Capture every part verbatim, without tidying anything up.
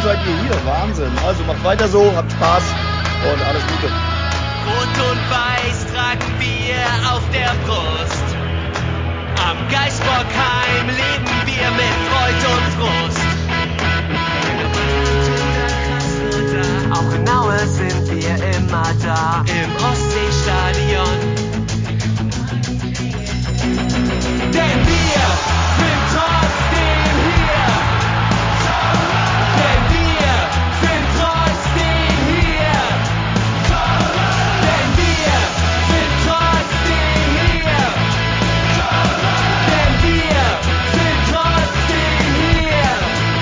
seid ihr hier. Wahnsinn. Also macht weiter so, habt Spaß und alles Gute. Rot und Weiß tragen wir auf der Brust. Am Geisbockheim leben wir mit Freud und Frust. Auch in Aue sind wir immer da. Im Ostseestadion. Denn wir sind trotzdem hier. Denn wir sind trotzdem hier. Denn wir sind trotzdem hier. Denn wir sind trotzdem hier.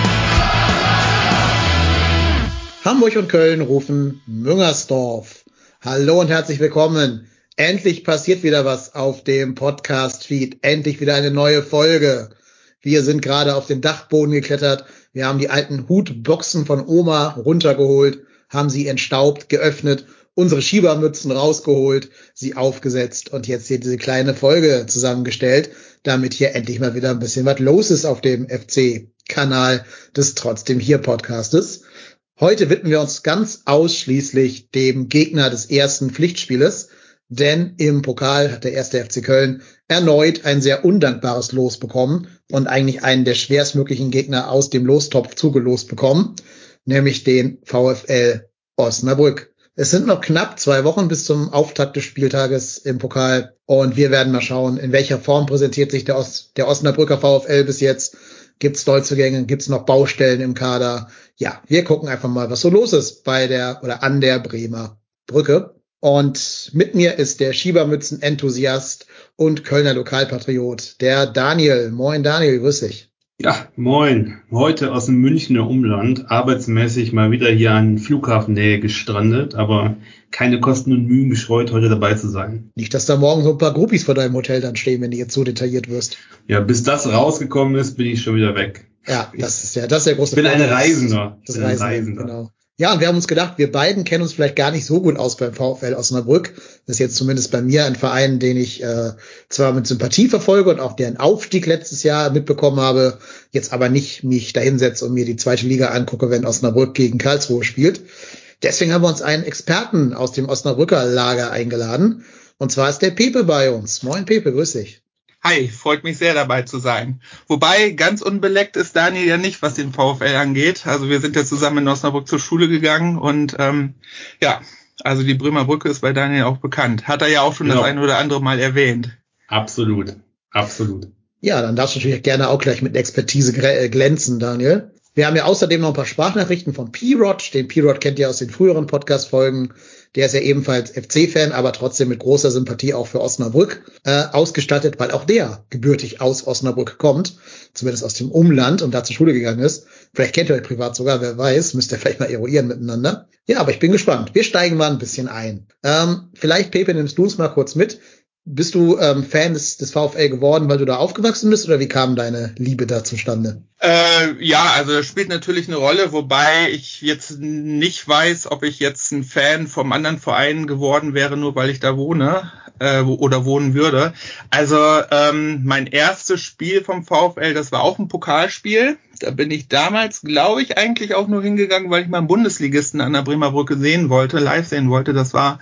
Hamburg und Köln rufen Müngersdorf. Hallo und herzlich willkommen. Endlich passiert wieder was auf dem Podcast-Feed. Endlich wieder eine neue Folge. Wir sind gerade auf den Dachboden geklettert. Wir haben die alten Hutboxen von Oma runtergeholt, haben sie entstaubt, geöffnet, unsere Schiebermützen rausgeholt, sie aufgesetzt und jetzt hier diese kleine Folge zusammengestellt, damit hier endlich mal wieder ein bisschen was los ist auf dem F C-Kanal des Trotzdem hier Podcastes. Heute widmen wir uns ganz ausschließlich dem Gegner des ersten Pflichtspieles, denn im Pokal hat der erste F C Köln erneut ein sehr undankbares Los bekommen und eigentlich einen der schwerstmöglichen Gegner aus dem Lostopf zugelost bekommen, nämlich den VfL Osnabrück. Es sind noch knapp zwei Wochen bis zum Auftakt des Spieltages im Pokal und wir werden mal schauen, in welcher Form präsentiert sich der, Os- der Osnabrücker VfL bis jetzt. Gibt's Neuzugänge, gibt's noch Baustellen im Kader? Ja, wir gucken einfach mal, was so los ist bei der oder an der Bremer Brücke. Und mit mir ist der Schiebermützen-Enthusiast und Kölner Lokalpatriot, der Daniel. Moin Daniel, grüß dich. Ja, moin. Heute aus dem Münchner Umland, arbeitsmäßig mal wieder hier an Flughafennähe gestrandet, aber keine Kosten und Mühen gescheut, heute dabei zu sein. Nicht, dass da morgen so ein paar Groupies vor deinem Hotel dann stehen, wenn du jetzt so detailliert wirst. Ja, bis das rausgekommen ist, bin ich schon wieder weg. Ja, das ist ja, das ist der große Ich bin ein Vorteil. Reisender. Das Ich bin ein Reisende, Reisender. genau. Ja, und wir haben uns gedacht, wir beiden kennen uns vielleicht gar nicht so gut aus beim VfL Osnabrück. Das ist jetzt zumindest bei mir ein Verein, den ich äh, zwar mit Sympathie verfolge und auch deren Aufstieg letztes Jahr mitbekommen habe, jetzt aber nicht mich dahinsetze und mir die zweite Liga angucke, wenn Osnabrück gegen Karlsruhe spielt. Deswegen haben wir uns einen Experten aus dem Osnabrücker Lager eingeladen. Und zwar ist der Pepe bei uns. Moin Pepe, grüß dich. Hi, freut mich sehr dabei zu sein. Wobei, ganz unbeleckt ist Daniel ja nicht, was den VfL angeht. Also wir sind ja zusammen in Osnabrück zur Schule gegangen und ähm, ja, also die Bremer Brücke ist bei Daniel auch bekannt. Hat er ja auch schon Genau. das eine oder andere Mal erwähnt. Absolut. Absolut. Ja, dann darfst du natürlich gerne auch gleich mit Expertise grä- glänzen, Daniel. Wir haben ja außerdem noch ein paar Sprachnachrichten von P-Rod. Den P-Rod kennt ihr aus den früheren Podcast-Folgen. Der ist ja ebenfalls F C-Fan, aber trotzdem mit großer Sympathie auch für Osnabrück äh, ausgestattet, weil auch der gebürtig aus Osnabrück kommt, zumindest aus dem Umland und da zur Schule gegangen ist. Vielleicht kennt ihr euch privat sogar, wer weiß, müsst ihr vielleicht mal eruieren miteinander. Ja, aber ich bin gespannt. Wir steigen mal ein bisschen ein. Ähm, vielleicht, Pepe, nimmst du uns mal kurz mit. Bist du ähm, Fan des, des VfL geworden, weil du da aufgewachsen bist, oder wie kam deine Liebe da zustande? Äh, ja, also das spielt natürlich eine Rolle, wobei ich jetzt nicht weiß, ob ich jetzt ein Fan vom anderen Verein geworden wäre, nur weil ich da wohne äh, oder wohnen würde. Also ähm, mein erstes Spiel vom VfL, das war auch ein Pokalspiel. Da bin ich damals, glaube ich, eigentlich auch nur hingegangen, weil ich mal einen Bundesligisten an der Bremer Brücke sehen wollte, live sehen wollte. Das war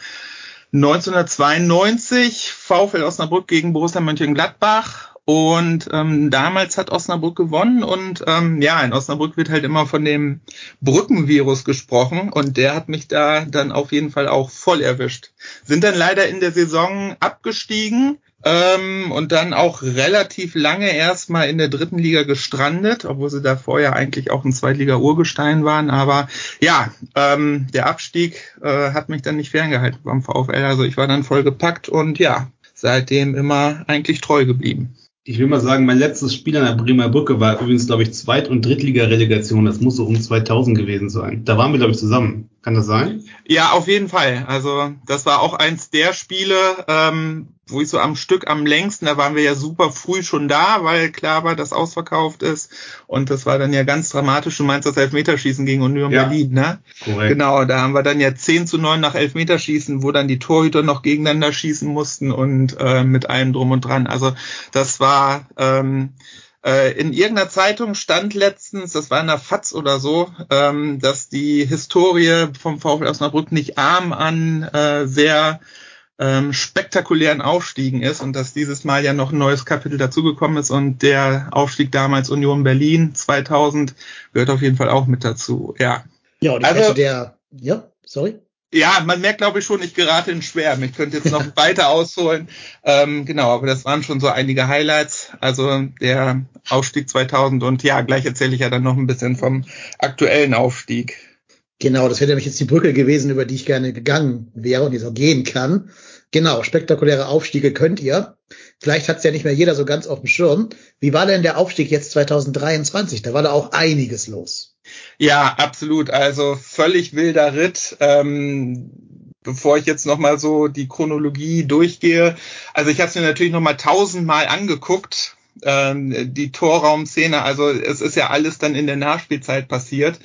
neunzehnhundertzweiundneunzig, VfL Osnabrück gegen Borussia Mönchengladbach. Und ähm, damals hat Osnabrück gewonnen und ähm, ja, in Osnabrück wird halt immer von dem Brückenvirus gesprochen und der hat mich da dann auf jeden Fall auch voll erwischt. Sind dann leider in der Saison abgestiegen ähm, und dann auch relativ lange erstmal in der dritten Liga gestrandet, obwohl sie da vorher eigentlich auch ein Zweitliga-Urgestein waren. Aber ja, ähm, der Abstieg äh, hat mich dann nicht ferngehalten beim VfL. Also ich war dann voll gepackt und ja, seitdem immer eigentlich treu geblieben. Ich will mal sagen, mein letztes Spiel an der Bremer Brücke war übrigens, glaube ich, Zweit- und Drittliga-Relegation. Das muss so um zweitausend gewesen sein. Da waren wir, glaube ich, zusammen. Kann das sein? Ja, auf jeden Fall. Also das war auch eins der Spiele, ähm, wo ich so am Stück am längsten, da waren wir ja super früh schon da, weil klar war, dass ausverkauft ist. Und das war dann ja ganz dramatisch. Du meinst das Elfmeterschießen gegen Union Ja. Berlin, ne? Korrekt. Genau, da haben wir dann ja zehn zu neun nach Elfmeterschießen, wo dann die Torhüter noch gegeneinander schießen mussten und äh, mit allem drum und dran. Also das war ähm, Äh, in irgendeiner Zeitung stand letztens, das war in der FAZ oder so, ähm, dass die Historie vom VfL Osnabrück nicht arm an äh, sehr ähm, spektakulären Aufstiegen ist und dass dieses Mal ja noch ein neues Kapitel dazugekommen ist und der Aufstieg damals Union Berlin zweitausend gehört auf jeden Fall auch mit dazu, ja. Ja, und ich Also, hätte der, ja, sorry. Ja, man merkt, glaube ich, schon, ich gerate in Schwärmen. Ich könnte jetzt noch weiter ausholen. Ähm, genau, aber das waren schon so einige Highlights. Also der Aufstieg zweitausend und ja, gleich erzähle ich ja dann noch ein bisschen vom aktuellen Aufstieg. Genau, das wäre nämlich jetzt die Brücke gewesen, über die ich gerne gegangen wäre und die so gehen kann. Genau, spektakuläre Aufstiege könnt ihr. Vielleicht hat es ja nicht mehr jeder so ganz auf dem Schirm. Wie war denn der Aufstieg jetzt zwanzig dreiundzwanzig? Da war da auch einiges los. Ja, absolut. Also völlig wilder Ritt. Ähm, bevor ich jetzt nochmal so die Chronologie durchgehe. Also ich habe es mir natürlich nochmal tausendmal angeguckt, ähm, die Torraumszene. Also es ist ja alles dann in der Nachspielzeit passiert.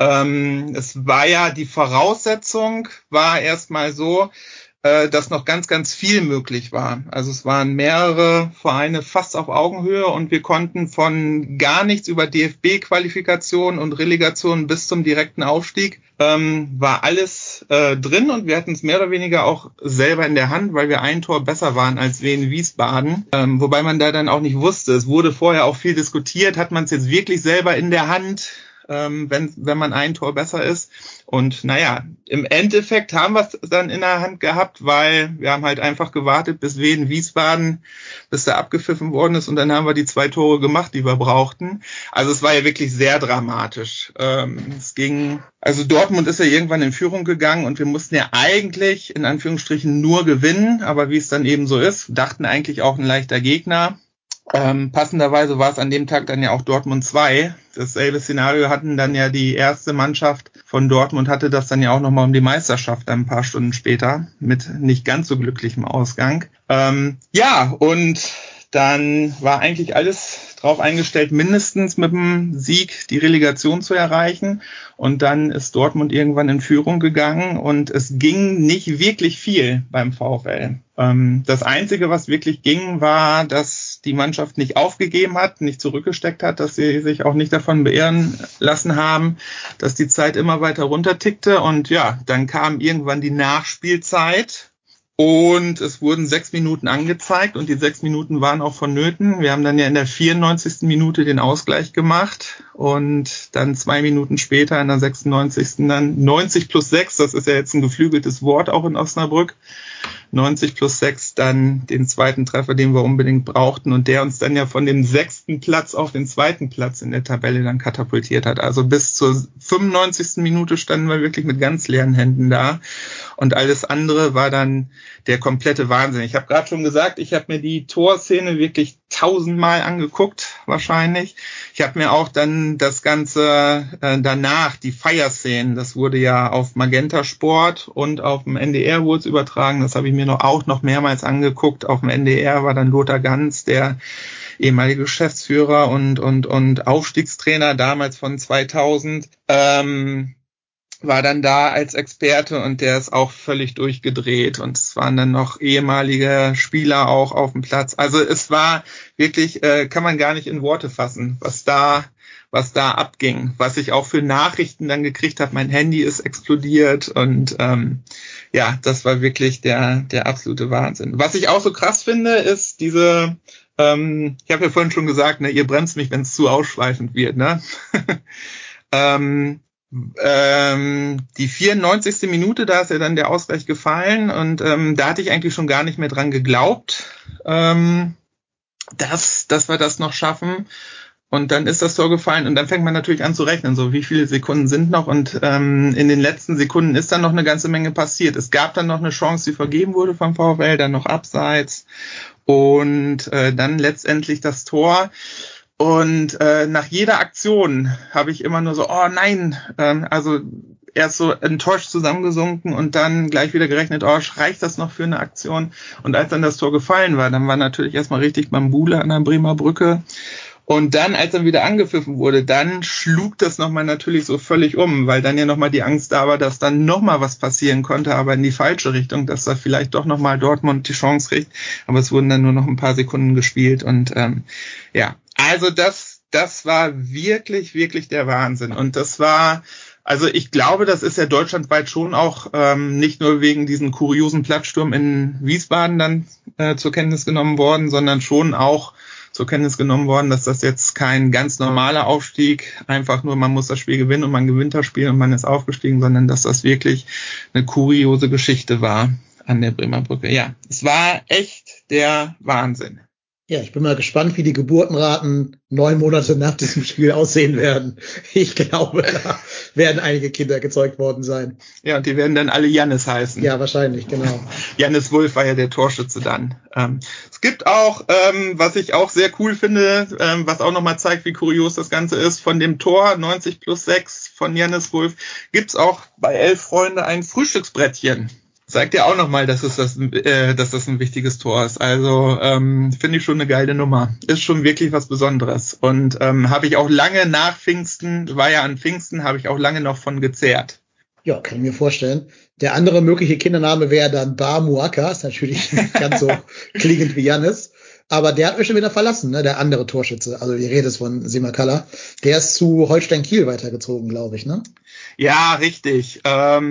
Ähm, es war ja, die Voraussetzung war erstmal so, dass noch ganz, ganz viel möglich war. Also es waren mehrere Vereine fast auf Augenhöhe und wir konnten von gar nichts über D F B-Qualifikation und Relegation bis zum direkten Aufstieg, ähm, war alles äh, drin und wir hatten es mehr oder weniger auch selber in der Hand, weil wir ein Tor besser waren als Wien Wiesbaden, ähm, wobei man da dann auch nicht wusste. Es wurde vorher auch viel diskutiert, hat man es jetzt wirklich selber in der Hand, ähm, wenn, wenn man ein Tor besser ist. Und naja, im Endeffekt haben wir es dann in der Hand gehabt, weil wir haben halt einfach gewartet, bis Wien Wiesbaden, bis da abgepfiffen worden ist und dann haben wir die zwei Tore gemacht, die wir brauchten. Also es war ja wirklich sehr dramatisch. Ähm, es ging, also Dortmund ist ja irgendwann in Führung gegangen und wir mussten ja eigentlich in Anführungsstrichen nur gewinnen, aber wie es dann eben so ist, dachten eigentlich auch ein leichter Gegner. Ähm, passenderweise war es an dem Tag dann ja auch Dortmund zwei. Dasselbe Szenario hatten dann ja die erste Mannschaft von Dortmund, hatte das dann ja auch nochmal um die Meisterschaft ein paar Stunden später mit nicht ganz so glücklichem Ausgang. Ähm, ja, und dann war eigentlich alles drauf eingestellt, mindestens mit dem Sieg die Relegation zu erreichen. Und dann ist Dortmund irgendwann in Führung gegangen und es ging nicht wirklich viel beim VfL. Ähm, das Einzige, was wirklich ging, war, dass die Mannschaft nicht aufgegeben hat, nicht zurückgesteckt hat, dass sie sich auch nicht davon beirren lassen haben, dass die Zeit immer weiter runtertickte. Und ja, dann kam irgendwann die Nachspielzeit. Und es wurden sechs Minuten angezeigt und die sechs Minuten waren auch vonnöten. Wir haben dann ja in der vierundneunzigsten Minute den Ausgleich gemacht und dann zwei Minuten später in der sechsundneunzigsten dann neunzig plus sechs, das ist ja jetzt ein geflügeltes Wort auch in Osnabrück, neunzig plus sechs dann den zweiten Treffer, den wir unbedingt brauchten und der uns dann ja von dem sechsten Platz auf den zweiten Platz in der Tabelle dann katapultiert hat. Also bis zur fünfundneunzigsten Minute standen wir wirklich mit ganz leeren Händen da und alles andere war dann der komplette Wahnsinn. Ich habe gerade schon gesagt, ich habe mir die Torszene wirklich tausendmal angeguckt, wahrscheinlich. Ich habe mir auch dann das Ganze äh, danach, die Feierszenen, das wurde ja auf Magenta Sport und auf dem N D R wurde es übertragen. Das habe ich mir noch auch noch mehrmals angeguckt. Auf dem N D R war dann Lothar Ganz, der ehemalige Geschäftsführer und und und Aufstiegstrainer damals von zweitausend. Ähm, war dann da als Experte und der ist auch völlig durchgedreht und es waren dann noch ehemalige Spieler auch auf dem Platz. Also es war wirklich, äh, kann man gar nicht in Worte fassen, was da was da abging, was ich auch für Nachrichten dann gekriegt habe. Mein Handy ist explodiert und ähm, ja, das war wirklich der der absolute Wahnsinn. Was ich auch so krass finde, ist diese, ähm, ich habe ja vorhin schon gesagt, ne, ihr bremst mich, wenn es zu ausschweifend wird, ne? ähm, Ähm, die vierundneunzigste Minute, da ist ja dann der Ausgleich gefallen und ähm, da hatte ich eigentlich schon gar nicht mehr dran geglaubt, ähm, dass, dass wir das noch schaffen und dann ist das Tor gefallen und dann fängt man natürlich an zu rechnen, so wie viele Sekunden sind noch und ähm, in den letzten Sekunden ist dann noch eine ganze Menge passiert. Es gab dann noch eine Chance, die vergeben wurde vom VfL, dann noch abseits und äh, dann letztendlich das Tor. Und äh, nach jeder Aktion habe ich immer nur so, oh nein, ähm, also erst so enttäuscht zusammengesunken und dann gleich wieder gerechnet, oh, reicht das noch für eine Aktion? Und als dann das Tor gefallen war, dann war natürlich erstmal richtig Bambule an der Bremer Brücke. Und dann, als dann wieder angepfiffen wurde, dann schlug das nochmal natürlich so völlig um, weil dann ja nochmal die Angst da war, dass dann nochmal was passieren konnte, aber in die falsche Richtung, dass da vielleicht doch nochmal Dortmund die Chance kriegt. Aber es wurden dann nur noch ein paar Sekunden gespielt und ähm, ja, Also das, das war wirklich, wirklich der Wahnsinn. Und das war, also ich glaube, das ist ja deutschlandweit schon auch ähm, nicht nur wegen diesen kuriosen Plattsturm in Wiesbaden dann äh, zur Kenntnis genommen worden, sondern schon auch zur Kenntnis genommen worden, dass das jetzt kein ganz normaler Aufstieg, einfach nur man muss das Spiel gewinnen und man gewinnt das Spiel und man ist aufgestiegen, sondern dass das wirklich eine kuriose Geschichte war an der Bremer Brücke. Ja, es war echt der Wahnsinn. Ja, ich bin mal gespannt, wie die Geburtenraten neun Monate nach diesem Spiel aussehen werden. Ich glaube, da werden einige Kinder gezeugt worden sein. Ja, und die werden dann alle Jannis heißen. Ja, wahrscheinlich, genau. Jannis Wulff war ja der Torschütze dann. Ähm, es gibt auch, ähm, was ich auch sehr cool finde, ähm, was auch nochmal zeigt, wie kurios das Ganze ist, von dem Tor neunzig plus sechs von Jannis Wulff gibt's auch bei Elf Freunde ein Frühstücksbrettchen. Zeigt ja auch nochmal, dass es das, äh, dass das ein wichtiges Tor ist. Also ähm, finde ich schon eine geile Nummer. Ist schon wirklich was Besonderes. Und ähm, habe ich auch lange nach Pfingsten, war ja an Pfingsten, habe ich auch lange noch von gezehrt. Ja, kann ich mir vorstellen. Der andere mögliche Kindername wäre dann Bar Muaka. Ist natürlich nicht ganz so klingend wie Jannis. Aber der hat mich schon wieder verlassen, ne? Der andere Torschütze. Also die Rede ist von Simakala. Der ist zu Holstein Kiel weitergezogen, glaube ich, ne? Ja, richtig.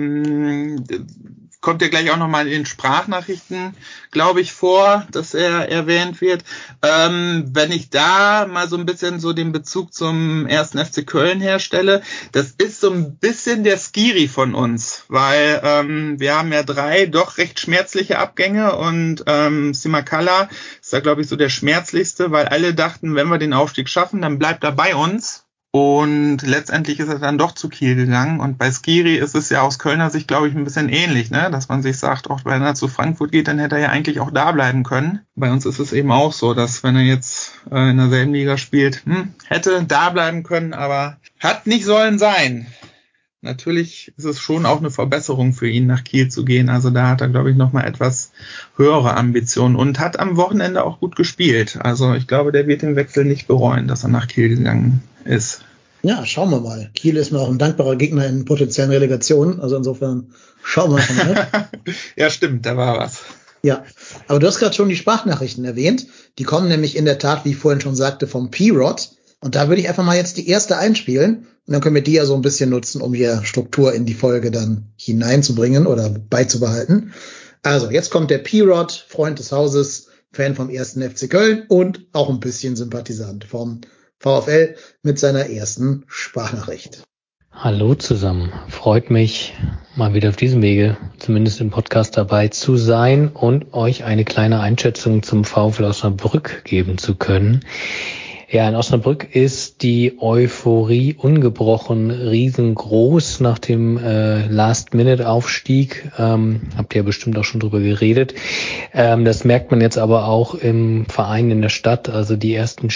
Ähm, kommt ja gleich auch nochmal in den Sprachnachrichten, glaube ich, vor, dass er erwähnt wird. Ähm, wenn ich da mal so ein bisschen so den Bezug zum ersten F C Köln herstelle, das ist so ein bisschen der Skiri von uns, weil ähm, wir haben ja drei doch recht schmerzliche Abgänge und ähm, Simakala ist da, glaube ich, so der schmerzlichste, weil alle dachten, wenn wir den Aufstieg schaffen, dann bleibt er bei uns. Und letztendlich ist er dann doch zu Kiel gegangen. Und bei Skiri ist es ja aus Kölner Sicht, glaube ich, ein bisschen ähnlich, ne? Dass man sich sagt, auch wenn er zu Frankfurt geht, dann hätte er ja eigentlich auch da bleiben können. Bei uns ist es eben auch so, dass wenn er jetzt äh, in derselben Liga spielt, hm, hätte da bleiben können, aber hat nicht sollen sein. Natürlich ist es schon auch eine Verbesserung für ihn, nach Kiel zu gehen. Also da hat er, glaube ich, nochmal etwas höhere Ambitionen und hat am Wochenende auch gut gespielt. Also ich glaube, der wird den Wechsel nicht bereuen, dass er nach Kiel gegangen ist. Ja, schauen wir mal. Kiel ist mir auch ein dankbarer Gegner in potenziellen Relegationen. Also insofern schauen wir mal. Ja, stimmt, da war was. Ja, aber du hast gerade schon die Sprachnachrichten erwähnt. Die kommen nämlich in der Tat, wie ich vorhin schon sagte, vom P-Rod. Und da würde ich einfach mal jetzt die erste einspielen. Und dann können wir die ja so ein bisschen nutzen, um hier Struktur in die Folge dann hineinzubringen oder beizubehalten. Also, jetzt kommt der P-Rod, Freund des Hauses, Fan vom ersten F C Köln und auch ein bisschen Sympathisant vom VfL mit seiner ersten Sprachnachricht. Hallo zusammen. Freut mich, mal wieder auf diesem Wege, zumindest im Podcast dabei zu sein und euch eine kleine Einschätzung zum VfL Osnabrück geben zu können. Ja, in Osnabrück ist die Euphorie ungebrochen riesengroß nach dem äh, Last-Minute-Aufstieg. Ähm, habt ihr ja bestimmt auch schon drüber geredet. Ähm, das merkt man jetzt aber auch im Verein in der Stadt. Also die ersten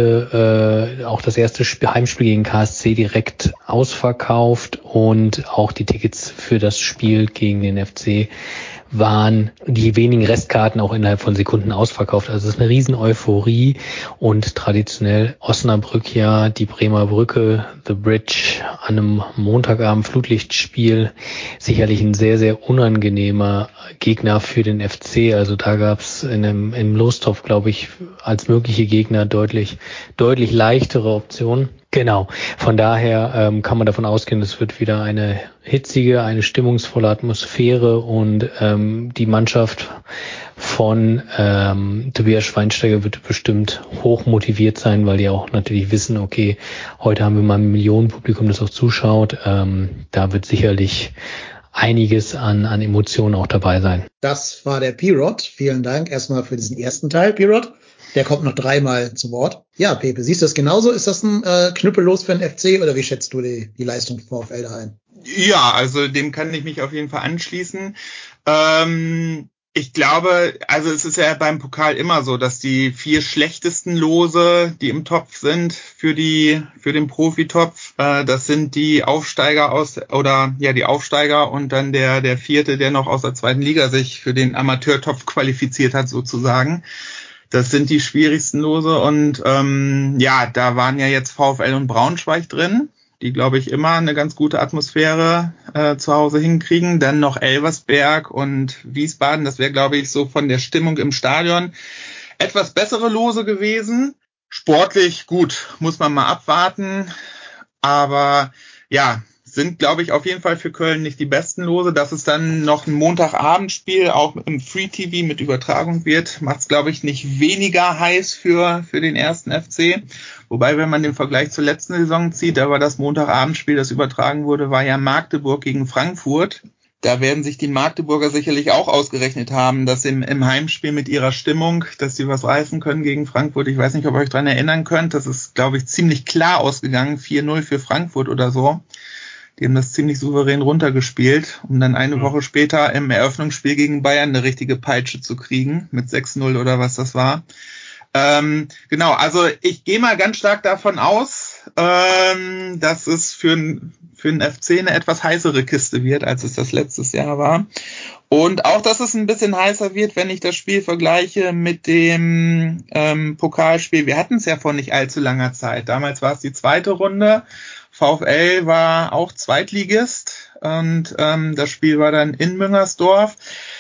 Spiele, äh, auch das erste Spiel, Heimspiel gegen K S C direkt ausverkauft und auch die Tickets für das Spiel gegen den F C waren die wenigen Restkarten auch innerhalb von Sekunden ausverkauft. Also es ist eine riesen Euphorie und traditionell Osnabrück ja die Bremer Brücke, The Bridge an einem Montagabend Flutlichtspiel sicherlich ein sehr, sehr unangenehmer Gegner für den F C. Also da gab es in einem, im Lostopf, glaube ich, als mögliche Gegner deutlich, deutlich leichtere Optionen. Genau, von daher ähm, kann man davon ausgehen, es wird wieder eine hitzige, eine stimmungsvolle Atmosphäre und ähm, die Mannschaft von ähm, Tobias Schweinsteiger wird bestimmt hoch motiviert sein, weil die auch natürlich wissen, okay, heute haben wir mal ein Millionenpublikum, das auch zuschaut. Ähm, da wird sicherlich einiges an, an Emotionen auch dabei sein. Das war der P-Rod. Vielen Dank erstmal für diesen ersten Teil, P-Rod. Der kommt noch dreimal zu Wort. Ja, Pepe, siehst du das genauso? Ist das ein äh, Knüppellos für den F C oder wie schätzt du die, die Leistung vom VfL da ein? Ja, also dem kann ich mich auf jeden Fall anschließen. Ähm, ich glaube, also es ist ja beim Pokal immer so, dass die vier schlechtesten Lose, die im Topf sind für die für den Profitopf, äh, das sind die Aufsteiger aus oder ja die Aufsteiger und dann der der vierte, der noch aus der zweiten Liga sich für den Amateurtopf qualifiziert hat sozusagen. Das sind die schwierigsten Lose und ähm, ja, da waren ja jetzt VfL und Braunschweig drin, die, glaube ich, immer eine ganz gute Atmosphäre äh, zu Hause hinkriegen. Dann noch Elversberg und Wiesbaden, das wäre, glaube ich, so von der Stimmung im Stadion etwas bessere Lose gewesen. Sportlich gut, muss man mal abwarten. Aber ja, sind, glaube ich, auf jeden Fall für Köln nicht die besten Lose. Dass es dann noch ein Montagabendspiel auch im Free-T V mit Übertragung wird, macht es, glaube ich, nicht weniger heiß für für den ersten F C. Wobei, wenn man den Vergleich zur letzten Saison zieht, da war das Montagabendspiel, das übertragen wurde, war ja Magdeburg gegen Frankfurt. Da werden sich die Magdeburger sicherlich auch ausgerechnet haben, dass im, im Heimspiel mit ihrer Stimmung, dass sie was reißen können gegen Frankfurt. Ich weiß nicht, ob ihr euch daran erinnern könnt. Das ist, glaube ich, ziemlich klar ausgegangen. vier null für Frankfurt oder so. Die haben das ziemlich souverän runtergespielt, um dann eine Woche später im Eröffnungsspiel gegen Bayern eine richtige Peitsche zu kriegen. Mit sechs null oder was das war. Ähm, genau, also ich gehe mal ganz stark davon aus, ähm, dass es für ein für den F C eine etwas heißere Kiste wird, als es das letztes Jahr war. Und auch, dass es ein bisschen heißer wird, wenn ich das Spiel vergleiche mit dem ähm, Pokalspiel. Wir hatten es ja vor nicht allzu langer Zeit. Damals war es die zweite Runde. VfL war auch Zweitligist und ähm, das Spiel war dann in Müngersdorf.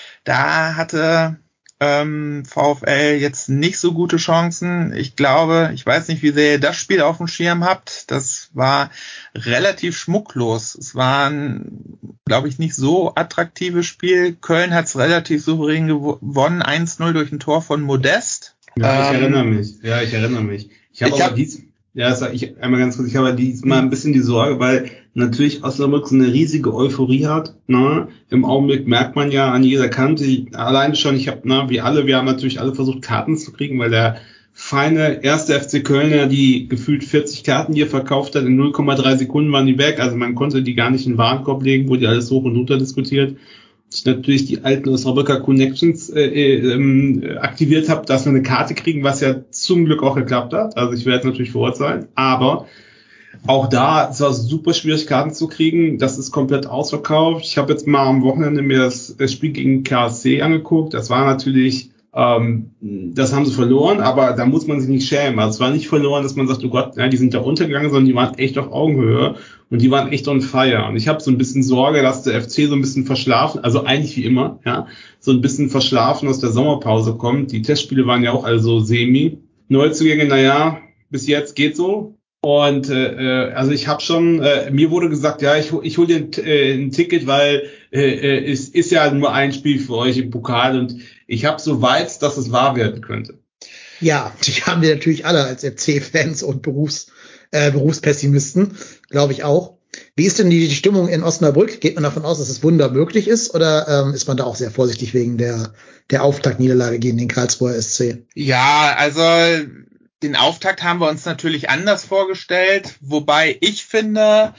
Da hatte ähm, VfL jetzt nicht so gute Chancen. Ich glaube, ich weiß nicht, wie sehr ihr das Spiel auf dem Schirm habt. Das war relativ schmucklos. Es war ein, glaube ich, nicht so attraktives Spiel. Köln hat es relativ souverän gewonnen, eins null durch ein Tor von Modest. Ja, ich ähm, erinnere mich. Ja, ich erinnere mich. Ich habe ich aber hab, dies, ja, sag ich einmal ganz kurz, ich habe diesmal ein bisschen die Sorge, weil natürlich Osnabrück so eine riesige Euphorie hat. Ne? Im Augenblick merkt man ja an jeder Kante, allein schon, ich habe, na, wie alle, wir haben natürlich alle versucht, Karten zu kriegen, weil der feine erste F C Kölner, die gefühlt vierzig Karten, die er verkauft hat, in null Komma drei Sekunden waren die weg. Also man konnte die gar nicht in den Warenkorb legen, wurde alles hoch und runter diskutiert. Ich natürlich die alten Osnabrücker Connections äh, äh, aktiviert habe, dass wir eine Karte kriegen, was ja zum Glück auch geklappt hat. Also ich werde natürlich vor Ort sein, aber auch da, es war super schwierig, Karten zu kriegen. Das ist komplett ausverkauft. Ich habe jetzt mal am Wochenende mir das, das Spiel gegen K S C angeguckt. Das war natürlich, ähm, das haben sie verloren, aber da muss man sich nicht schämen. Also es war nicht verloren, dass man sagt, oh Gott, ja, die sind da untergegangen, sondern die waren echt auf Augenhöhe und die waren echt on fire. Und ich habe so ein bisschen Sorge, dass der F C so ein bisschen verschlafen, also eigentlich wie immer, ja, so ein bisschen verschlafen aus der Sommerpause kommt. Die Testspiele waren ja auch also semi. Neuzugänge, naja, bis jetzt geht so. Und äh, also ich habe schon, äh, mir wurde gesagt, ja, ich, ich hole dir ein, äh, ein Ticket, weil äh, es ist ja nur ein Spiel für euch im Pokal und ich habe so Vibes, dass es wahr werden könnte. Ja, die haben wir natürlich alle als F C-Fans und Berufs, äh, Berufspessimisten, glaube ich auch. Wie ist denn die, die Stimmung in Osnabrück? Geht man davon aus, dass es Wunder möglich ist oder ähm, ist man da auch sehr vorsichtig wegen der, der Auftaktniederlage gegen den Karlsruher S C? Ja, also den Auftakt haben wir uns natürlich anders vorgestellt, wobei ich finde,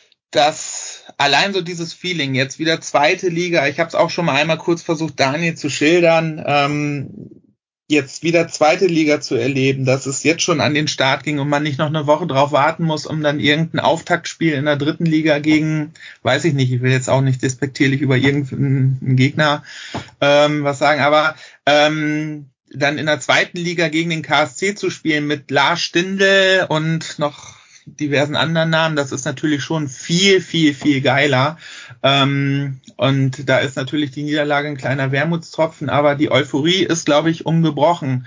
dass allein so dieses Feeling, jetzt wieder zweite Liga, ich habe es auch schon mal einmal kurz versucht, Daniel zu schildern, ähm, jetzt wieder zweite Liga zu erleben, dass es jetzt schon an den Start ging und man nicht noch eine Woche drauf warten muss, um dann irgendein Auftaktspiel in der dritten Liga gegen, weiß ich nicht, ich will jetzt auch nicht despektierlich über irgendeinen Gegner ähm, was sagen, aber ähm, dann in der zweiten Liga gegen den K S C zu spielen mit Lars Stindl und noch diversen anderen Namen, das ist natürlich schon viel, viel, viel geiler. Ähm, und da ist natürlich die Niederlage ein kleiner Wermutstropfen, aber die Euphorie ist, glaube ich, ungebrochen.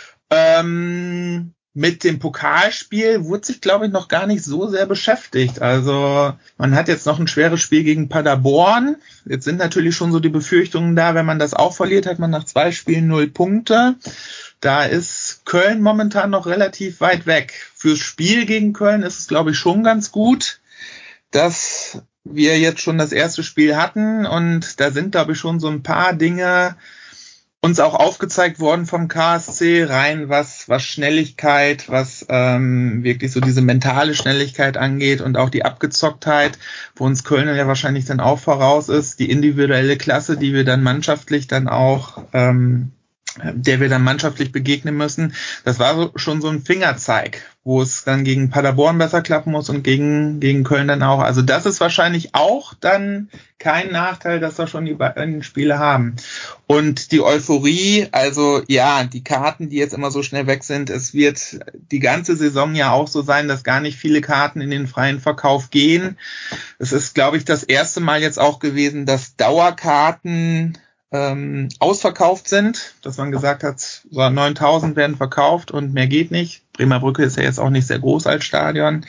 Ähm, mit dem Pokalspiel wurde sich, glaube ich, noch gar nicht so sehr beschäftigt. Also man hat jetzt noch ein schweres Spiel gegen Paderborn. Jetzt sind natürlich schon so die Befürchtungen da, wenn man das auch verliert, hat man nach zwei Spielen null Punkte. Da ist Köln momentan noch relativ weit weg. Fürs Spiel gegen Köln ist es, glaube ich, schon ganz gut, dass wir jetzt schon das erste Spiel hatten. Und da sind, glaube ich, schon so ein paar Dinge uns auch aufgezeigt worden vom K S C rein, was was Schnelligkeit, was ähm, wirklich so diese mentale Schnelligkeit angeht und auch die Abgezocktheit, wo uns Köln ja wahrscheinlich dann auch voraus ist, die individuelle Klasse, die wir dann mannschaftlich dann auch ähm, der wir dann mannschaftlich begegnen müssen. Das war so, schon so ein Fingerzeig, wo es dann gegen Paderborn besser klappen muss und gegen gegen Köln dann auch. Also das ist wahrscheinlich auch dann kein Nachteil, dass wir schon die beiden Spiele haben. Und die Euphorie, also ja, die Karten, die jetzt immer so schnell weg sind, es wird die ganze Saison ja auch so sein, dass gar nicht viele Karten in den freien Verkauf gehen. Es ist, glaube ich, das erste Mal jetzt auch gewesen, dass Dauerkarten ähm, ausverkauft sind, dass man gesagt hat, so neuntausend werden verkauft und mehr geht nicht. Bremer Brücke ist ja jetzt auch nicht sehr groß als Stadion.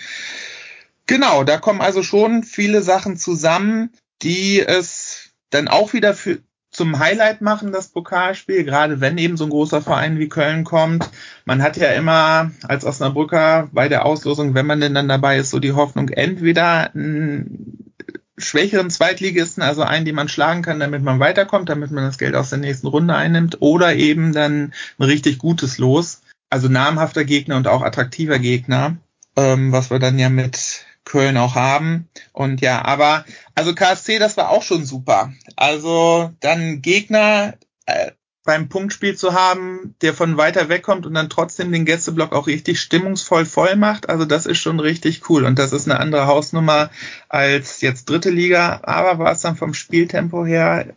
Genau, da kommen also schon viele Sachen zusammen, die es dann auch wieder für zum Highlight machen, das Pokalspiel, gerade wenn eben so ein großer Verein wie Köln kommt. Man hat ja immer als Osnabrücker bei der Auslosung, wenn man denn dann dabei ist, so die Hoffnung, entweder einen schwächeren Zweitligisten, also einen, den man schlagen kann, damit man weiterkommt, damit man das Geld aus der nächsten Runde einnimmt, oder eben dann ein richtig gutes Los, also namhafter Gegner und auch attraktiver Gegner, ähm, was wir dann ja mit Köln auch haben. Und ja, aber also K S C, das war auch schon super. Also dann Gegner äh, beim Punktspiel zu haben, der von weiter weg kommt und dann trotzdem den Gästeblock auch richtig stimmungsvoll voll macht, also das ist schon richtig cool. Und das ist eine andere Hausnummer als jetzt dritte Liga, aber war es dann vom Spieltempo her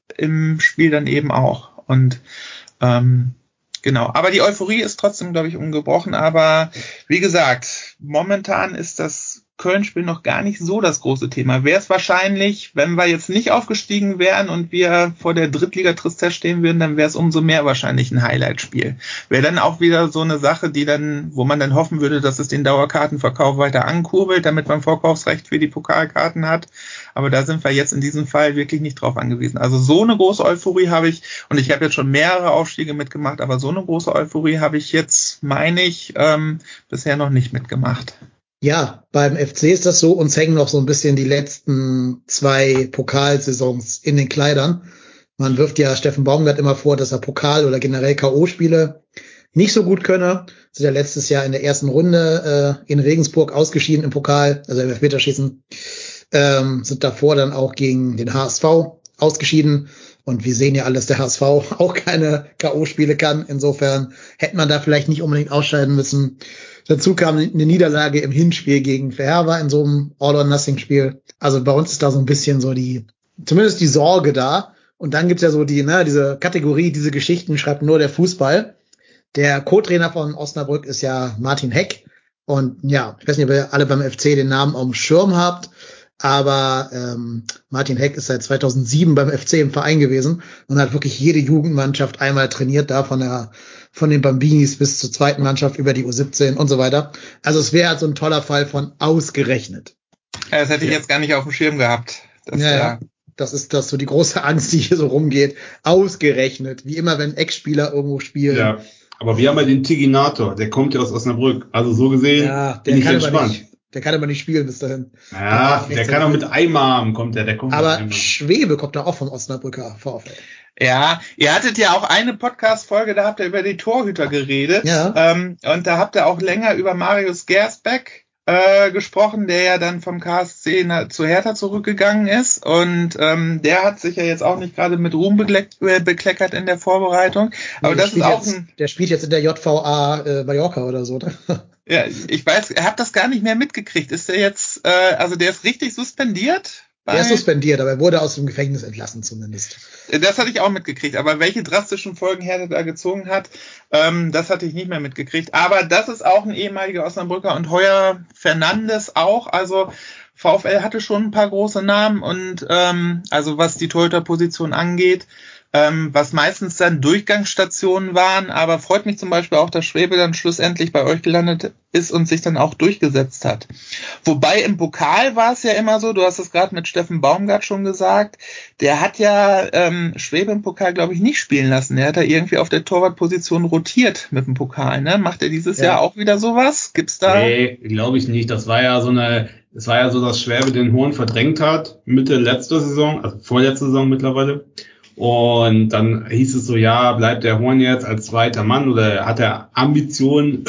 im Spiel dann eben auch. Und ähm, genau, aber die Euphorie ist trotzdem, glaube ich, ungebrochen. Aber wie gesagt, momentan ist das Köln-Spiel noch gar nicht so das große Thema. Wäre es wahrscheinlich, wenn wir jetzt nicht aufgestiegen wären und wir vor der Drittliga-Tristesse stehen würden, dann wäre es umso mehr wahrscheinlich ein Highlight-Spiel. Wäre dann auch wieder so eine Sache, die dann, wo man dann hoffen würde, dass es den Dauerkartenverkauf weiter ankurbelt, damit man Vorkaufsrecht für die Pokalkarten hat. Aber da sind wir jetzt in diesem Fall wirklich nicht drauf angewiesen. Also so eine große Euphorie habe ich, und ich habe jetzt schon mehrere Aufstiege mitgemacht, aber so eine große Euphorie habe ich jetzt, meine ich, ähm, bisher noch nicht mitgemacht. Ja, beim F C ist das so, uns hängen noch so ein bisschen die letzten zwei Pokalsaisons in den Kleidern. Man wirft ja Steffen Baumgart immer vor, dass er Pokal- oder generell K O-Spiele nicht so gut könne. Sind ja letztes Jahr in der ersten Runde äh, in Regensburg ausgeschieden im Pokal, also im Elfmeterschießen. Ähm, sind davor dann auch gegen den H S V ausgeschieden. Und wir sehen ja alles, der H S V auch keine K O-Spiele kann. Insofern hätte man da vielleicht nicht unbedingt ausscheiden müssen. Dazu kam eine Niederlage im Hinspiel gegen Verherber in so einem All-or-Nothing-Spiel. Also bei uns ist da so ein bisschen so die, zumindest die Sorge da. Und dann gibt's ja so die, ne, diese Kategorie, diese Geschichten schreibt nur der Fußball. Der Co-Trainer von Osnabrück ist ja Martin Heck. Und ja, ich weiß nicht, ob ihr alle beim F C den Namen auf dem Schirm habt. Aber ähm, Martin Heck ist seit zweitausendsieben beim F C im Verein gewesen und hat wirklich jede Jugendmannschaft einmal trainiert, da von der von den Bambinis bis zur zweiten Mannschaft über die U siebzehn und so weiter. Also es wäre halt so ein toller Fall von ausgerechnet. Ja, das hätte ich ja. jetzt gar nicht auf dem Schirm gehabt. Das, ja, ja. das ist das so die große Angst, die hier so rumgeht. Ausgerechnet, wie immer, wenn Ex-Spieler irgendwo spielen. Ja, aber wir haben ja den Tiginator, der kommt ja aus Osnabrück. Also so gesehen ja, der bin ich kann entspannt. Aber nicht. Der kann aber nicht spielen bis dahin. Ja, der, der kann auch mit Eimarm kommt der, der kommt aber mit Eimarm. Schwebe kommt da auch vom Osnabrücker VfL. Ja, ihr hattet ja auch eine Podcast-Folge, da habt ihr über die Torhüter geredet. Ja. Ähm, und da habt ihr auch länger über Marius Gersbeck äh, gesprochen, der ja dann vom K S C na, zu Hertha zurückgegangen ist. Und ähm, der hat sich ja jetzt auch nicht gerade mit Ruhm bekleck, äh, bekleckert in der Vorbereitung. Aber nee, das ist auch jetzt, ein... Der spielt jetzt in der J V A äh, Mallorca oder so, ne? Ja, ich weiß, er hat das gar nicht mehr mitgekriegt. Ist der jetzt, äh, also der ist richtig suspendiert? Er ist suspendiert, aber er wurde aus dem Gefängnis entlassen zumindest. Das hatte ich auch mitgekriegt, aber welche drastischen Folgen Hertha da gezogen hat, ähm, das hatte ich nicht mehr mitgekriegt. Aber das ist auch ein ehemaliger Osnabrücker und Heuer Fernandes auch. Also VfL hatte schon ein paar große Namen und ähm, also was die Torhüterposition angeht, ähm, was meistens dann Durchgangsstationen waren, aber freut mich zum Beispiel auch, dass Schwebe dann schlussendlich bei euch gelandet ist und sich dann auch durchgesetzt hat. Wobei im Pokal war es ja immer so, du hast es gerade mit Steffen Baumgart schon gesagt, der hat ja ähm, Schwebe im Pokal, glaube ich, nicht spielen lassen. Der hat da irgendwie auf der Torwartposition rotiert mit dem Pokal, ne? Macht er dieses ja. Jahr auch wieder sowas? Gibt's da? Nee, glaube ich nicht. Das war ja so eine, es war ja so, dass Schwäbe den Horn verdrängt hat, Mitte letzter Saison, also vorletzte Saison mittlerweile. Und dann hieß es so, ja, bleibt der Horn jetzt als zweiter Mann oder hat er Ambitionen,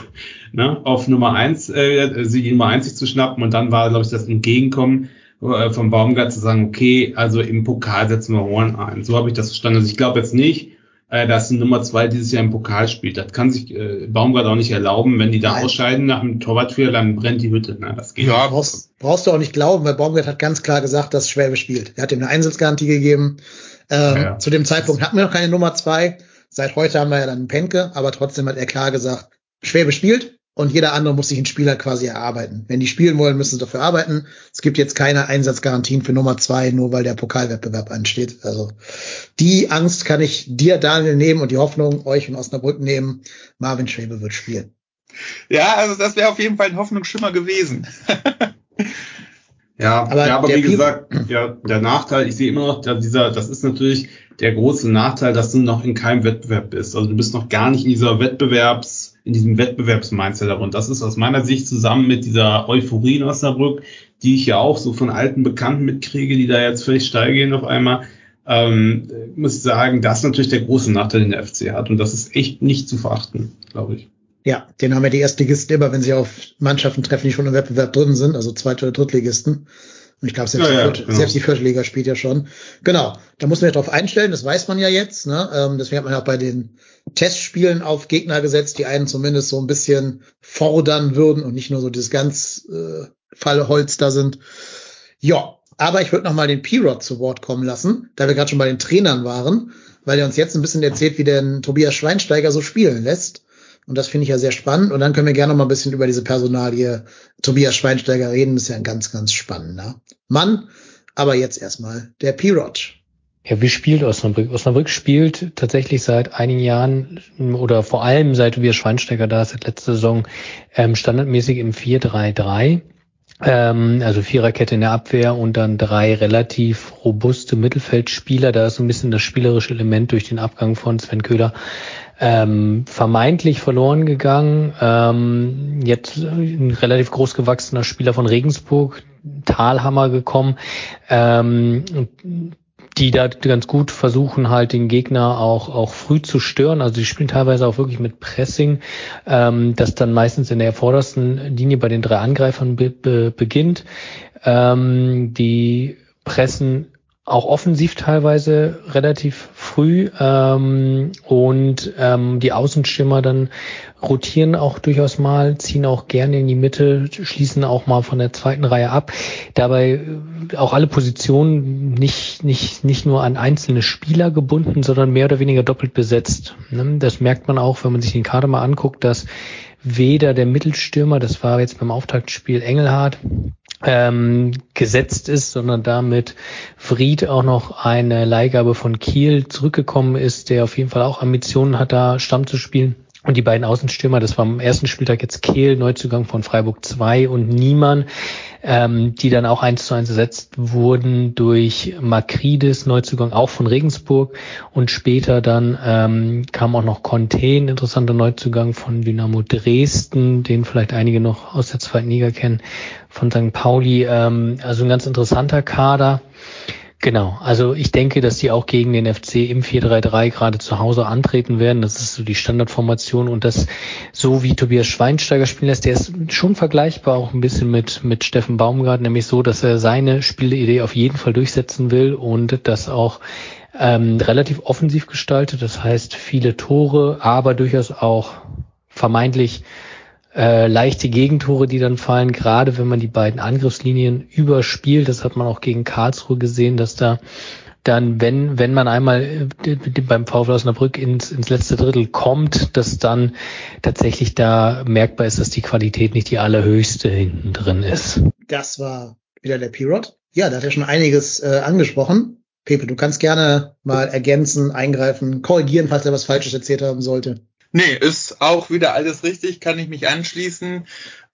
ne, auf Nummer eins, äh, sie Nummer eins sich zu schnappen. Und dann war, glaube ich, das Entgegenkommen äh, vom Baumgart zu sagen, okay, also im Pokal setzen wir Horn ein. So habe ich das verstanden. Also ich glaube jetzt nicht, äh, dass die Nummer zwei dieses Jahr im Pokal spielt. Das kann sich äh, Baumgart auch nicht erlauben. Wenn die da Nein. ausscheiden nach dem Torwartfehler, dann brennt die Hütte. Na, das geht ja, brauchst, brauchst du auch nicht glauben, weil Baumgart hat ganz klar gesagt, dass Schwäbe spielt. Er hat ihm eine Einsatzgarantie gegeben. Ähm, ja. Zu dem Zeitpunkt hatten wir noch keine Nummer zwei. Seit heute haben wir ja dann einen Penke, aber trotzdem hat er klar gesagt, Schwäbe spielt. und jeder andere muss sich einen Spieler quasi erarbeiten. Wenn die spielen wollen, müssen sie dafür arbeiten. Es gibt jetzt keine Einsatzgarantien für Nummer zwei, nur weil der Pokalwettbewerb ansteht. Also die Angst kann ich dir, Daniel, nehmen und die Hoffnung euch in Osnabrück nehmen. Marvin Schwäbe wird spielen. Ja, also das wäre auf jeden Fall ein Hoffnungsschimmer gewesen. Ja, aber, ja, aber wie P- gesagt, ja, der Nachteil, ich sehe immer noch, ja, dieser, das ist natürlich der große Nachteil, dass du noch in keinem Wettbewerb bist. Also du bist noch gar nicht in dieser Wettbewerbs, in diesem Wettbewerbsmindset. Und das ist aus meiner Sicht zusammen mit dieser Euphorie in Osnabrück, die ich ja auch so von alten Bekannten mitkriege, die da jetzt völlig steil gehen auf einmal, ähm, muss ich sagen, das ist natürlich der große Nachteil, den der F C hat. Und das ist echt nicht zu verachten, glaube ich. Ja, den haben ja die Erstligisten immer, wenn sie auf Mannschaften treffen, die schon im Wettbewerb drin sind, also Zweit- oder Drittligisten. Und ich glaube, selbst, ja, ja, die, genau. selbst die vierte Liga spielt ja schon. Genau, da muss man ja drauf einstellen, das weiß man ja jetzt. Ne? Ähm, deswegen hat man ja auch bei den Testspielen auf Gegner gesetzt, die einen zumindest so ein bisschen fordern würden und nicht nur so dieses ganz äh, Fallholz da sind. Ja, aber ich würde noch mal den P-Rod zu Wort kommen lassen, da wir gerade schon bei den Trainern waren, weil er uns jetzt ein bisschen erzählt, wie denn Tobias Schweinsteiger so spielen lässt. Und das finde ich ja sehr spannend. Und dann können wir gerne noch mal ein bisschen über diese Personalie Tobias Schweinsteiger reden. Das ist ja ein ganz, ganz spannender Mann. Aber jetzt erstmal der P-Rod. Ja, wie spielt Osnabrück? Osnabrück spielt tatsächlich seit einigen Jahren oder vor allem seit Tobias Schweinsteiger da ist, seit letzter Saison ähm, standardmäßig im vier drei drei. Ähm, also Viererkette in der Abwehr und dann drei relativ robuste Mittelfeldspieler. Da ist so ein bisschen das spielerische Element durch den Abgang von Sven Köhler ähm, vermeintlich verloren gegangen. Ähm, jetzt ein relativ groß gewachsener Spieler von Regensburg, Thalhammer, gekommen, ähm, die da ganz gut versuchen, halt den Gegner auch auch früh zu stören. Also die spielen teilweise auch wirklich mit Pressing, ähm, das dann meistens in der vordersten Linie bei den drei Angreifern be- be- beginnt. Ähm, die pressen auch offensiv teilweise relativ früh ähm, und ähm, die Außenstürmer dann rotieren auch durchaus mal, ziehen auch gerne in die Mitte, schließen auch mal von der zweiten Reihe ab. Dabei auch alle Positionen nicht nicht nicht nur an einzelne Spieler gebunden, sondern mehr oder weniger doppelt besetzt. Das merkt man auch, wenn man sich den Kader mal anguckt, dass weder der Mittelstürmer, das war jetzt beim Auftaktspiel Engelhardt, ähm, gesetzt ist, sondern damit Fried auch noch eine Leihgabe von Kiel zurückgekommen ist, der auf jeden Fall auch Ambitionen hat, da Stamm zu spielen. Und die beiden Außenstürmer, das war am ersten Spieltag jetzt Kehl, Neuzugang von Freiburg zwei, und Niemann, ähm, die dann auch eins zu eins ersetzt wurden durch Makridis, Neuzugang auch von Regensburg, und später dann ähm, kam auch noch Conte, ein interessanter Neuzugang von Dynamo Dresden, den vielleicht einige noch aus der zweiten Liga kennen, von Sankt Pauli, ähm, also ein ganz interessanter Kader. Genau, also ich denke, dass die auch gegen den F C im vier drei drei gerade zu Hause antreten werden. Das ist so die Standardformation, und das, so wie Tobias Schweinsteiger spielen lässt, der ist schon vergleichbar auch ein bisschen mit mit Steffen Baumgart, nämlich so, dass er seine Spielidee auf jeden Fall durchsetzen will und das auch ähm, relativ offensiv gestaltet. Das heißt viele Tore, aber durchaus auch vermeintlich Äh, leichte Gegentore, die dann fallen, gerade wenn man die beiden Angriffslinien überspielt. Das hat man auch gegen Karlsruhe gesehen, dass da dann, wenn wenn man einmal äh, beim VfL Osnabrück ins ins letzte Drittel kommt, dass dann tatsächlich da merkbar ist, dass die Qualität nicht die allerhöchste hinten drin ist. Das war wieder der P-Rod. Ja, da hat er schon einiges äh, angesprochen. Pepe, du kannst gerne mal ergänzen, eingreifen, korrigieren, falls er was Falsches erzählt haben sollte. Nee, ist auch wieder alles richtig, kann ich mich anschließen.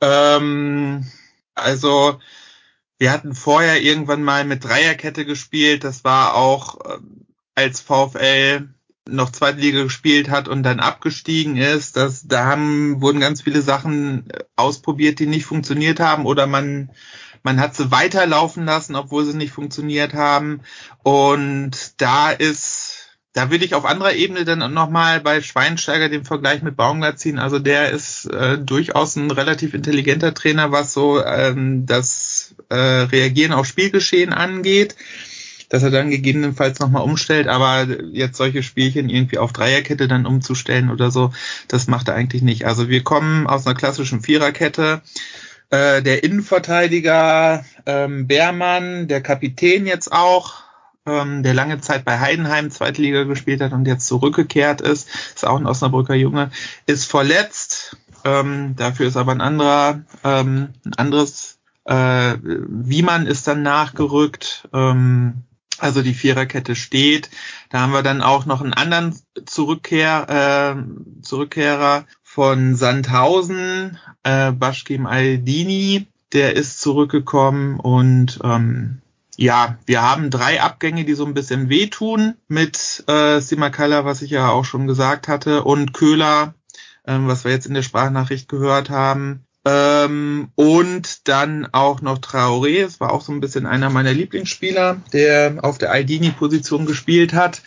Ähm, also wir hatten vorher irgendwann mal mit Dreierkette gespielt. Das war auch, äh, als VfL noch zweite Liga gespielt hat und dann abgestiegen ist. Das, da haben, wurden ganz viele Sachen ausprobiert, die nicht funktioniert haben, oder man man hat sie weiterlaufen lassen, obwohl sie nicht funktioniert haben. Und da ist Da würde ich auf anderer Ebene dann nochmal bei Schweinsteiger den Vergleich mit Baumgart ziehen. Also der ist äh, durchaus ein relativ intelligenter Trainer, was so ähm, das äh, Reagieren auf Spielgeschehen angeht, dass er dann gegebenenfalls nochmal umstellt. Aber jetzt solche Spielchen irgendwie auf Dreierkette dann umzustellen oder so, das macht er eigentlich nicht. Also wir kommen aus einer klassischen Viererkette. Äh, der Innenverteidiger ähm, Beermann, der Kapitän jetzt auch, der lange Zeit bei Heidenheim zweite Liga gespielt hat und jetzt zurückgekehrt ist, ist auch ein Osnabrücker Junge, ist verletzt. Ähm, dafür ist aber ein anderer, ähm, ein anderes, äh, Wiemann ist dann nachgerückt. Ähm, also die Viererkette steht. Da haben wir dann auch noch einen anderen Zurückkehr, äh, Zurückkehrer von Sandhausen, äh, Başkim Aldini. Der ist zurückgekommen und ähm, ja, wir haben drei Abgänge, die so ein bisschen wehtun mit äh, Simakala, was ich ja auch schon gesagt hatte, und Köhler, ähm, was wir jetzt in der Sprachnachricht gehört haben. Ähm, und dann auch noch Traoré, es war auch so ein bisschen einer meiner Lieblingsspieler, der auf der Aldini-Position gespielt hat.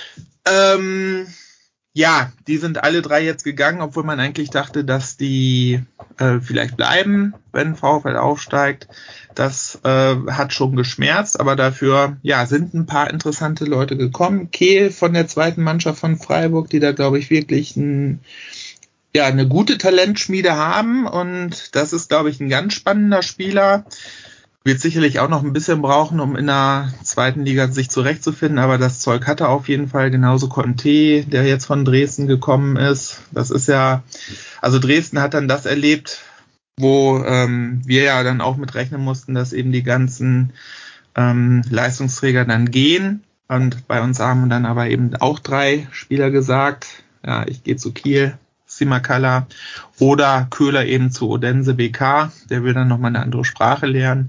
Ähm, ja, die sind alle drei jetzt gegangen, obwohl man eigentlich dachte, dass die äh, vielleicht bleiben, wenn VfL aufsteigt. Das äh, hat schon geschmerzt, aber dafür ja sind ein paar interessante Leute gekommen. Kehl von der zweiten Mannschaft von Freiburg, die da, glaube ich, wirklich ein, ja, eine gute Talentschmiede haben. Und das ist, glaube ich, ein ganz spannender Spieler. Wird sicherlich auch noch ein bisschen brauchen, um in der zweiten Liga sich zurechtzufinden, aber das Zeug hat er auf jeden Fall. Genauso Conte, der jetzt von Dresden gekommen ist. Das ist ja, also Dresden hat dann das erlebt, wo ähm, wir ja dann auch mit rechnen mussten, dass eben die ganzen ähm, Leistungsträger dann gehen. Und bei uns haben dann aber eben auch drei Spieler gesagt, ja, ich gehe zu Kiel, Simakala, oder Köhler eben zu Odense B K, der will dann nochmal eine andere Sprache lernen.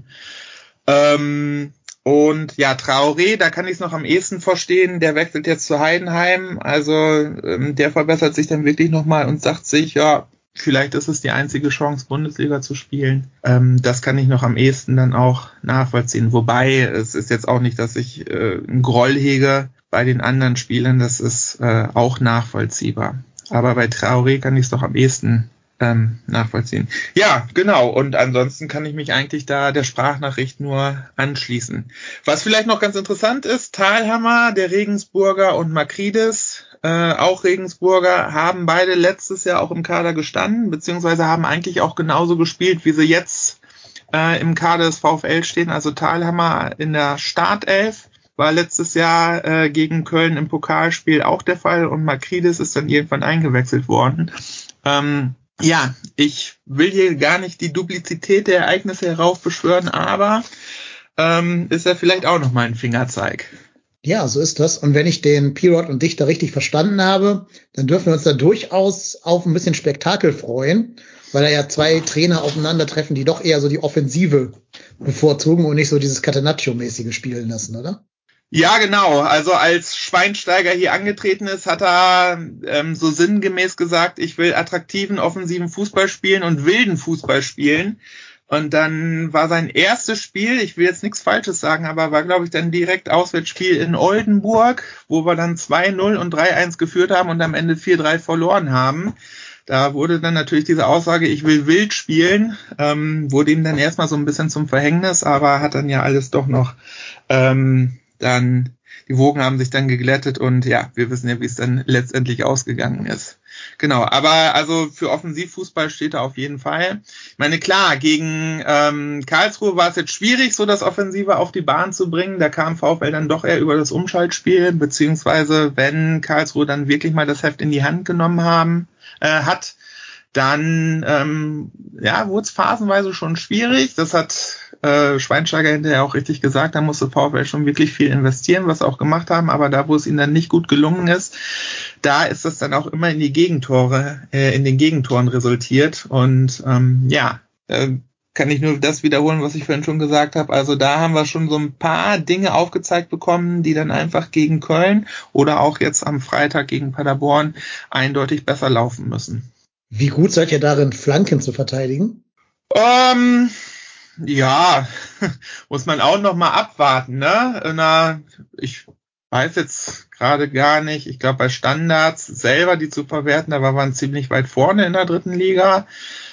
Ähm, und ja, Traoré, da kann ich es noch am ehesten verstehen, der wechselt jetzt zu Heidenheim, also ähm, der verbessert sich dann wirklich nochmal und sagt sich, ja, vielleicht ist es die einzige Chance, Bundesliga zu spielen. Ähm, das kann ich noch am ehesten dann auch nachvollziehen. Wobei, es ist jetzt auch nicht, dass ich äh, einen Groll hege bei den anderen Spielern, das ist äh, auch nachvollziehbar. Aber bei Traoré kann ich es doch am ehesten ähm, nachvollziehen. Ja, genau. Und ansonsten kann ich mich eigentlich da der Sprachnachricht nur anschließen. Was vielleicht noch ganz interessant ist, Thalhammer, der Regensburger und Makridis, äh, auch Regensburger, haben beide letztes Jahr auch im Kader gestanden, beziehungsweise haben eigentlich auch genauso gespielt, wie sie jetzt äh, im Kader des VfL stehen. Also Thalhammer in der Startelf. War letztes Jahr äh, gegen Köln im Pokalspiel auch der Fall und Makridis ist dann irgendwann eingewechselt worden. Ähm, ja, ich will hier gar nicht die Duplizität der Ereignisse heraufbeschwören, aber ähm, ist ja vielleicht auch nochmal ein Fingerzeig. Ja, so ist das. Und wenn ich den P-Rod und dich da richtig verstanden habe, dann dürfen wir uns da durchaus auf ein bisschen Spektakel freuen, weil da ja zwei Trainer aufeinandertreffen, die doch eher so die Offensive bevorzugen und nicht so dieses Catenaccio-mäßige spielen lassen, oder? Ja, genau. Also als Schweinsteiger hier angetreten ist, hat er ähm, so sinngemäß gesagt, ich will attraktiven, offensiven Fußball spielen und wilden Fußball spielen. Und dann war sein erstes Spiel, ich will jetzt nichts Falsches sagen, aber war, glaube ich, dann direkt Auswärtsspiel in Oldenburg, wo wir dann zwei null und drei eins geführt haben und am Ende vier drei verloren haben. Da wurde dann natürlich diese Aussage, ich will wild spielen, ähm, wurde ihm dann erstmal so ein bisschen zum Verhängnis, aber hat dann ja alles doch noch ähm, dann, die Wogen haben sich dann geglättet und ja, wir wissen ja, wie es dann letztendlich ausgegangen ist. Genau, aber also für Offensivfußball steht er auf jeden Fall. Ich meine, klar, gegen ähm, Karlsruhe war es jetzt schwierig, so das Offensive auf die Bahn zu bringen. Da kam VfL dann doch eher über das Umschaltspiel, beziehungsweise wenn Karlsruhe dann wirklich mal das Heft in die Hand genommen haben, äh, hat, dann ähm, ja, wurde es phasenweise schon schwierig. Das hat äh, Schweinsteiger hinterher auch richtig gesagt. Da musste VfL schon wirklich viel investieren, was sie auch gemacht haben. Aber da, wo es ihnen dann nicht gut gelungen ist, da ist das dann auch immer in die Gegentore, äh, in den Gegentoren resultiert. Und ähm, ja, äh, kann ich nur das wiederholen, was ich vorhin schon gesagt habe. Also da haben wir schon so ein paar Dinge aufgezeigt bekommen, die dann einfach gegen Köln oder auch jetzt am Freitag gegen Paderborn eindeutig besser laufen müssen. Wie gut seid ihr darin, Flanken zu verteidigen? Ähm, ja, muss man auch noch mal abwarten, ne? Na, ich weiß jetzt gerade gar nicht. Ich glaube, bei Standards selber die zu verwerten, da war man ziemlich weit vorne in der dritten Liga.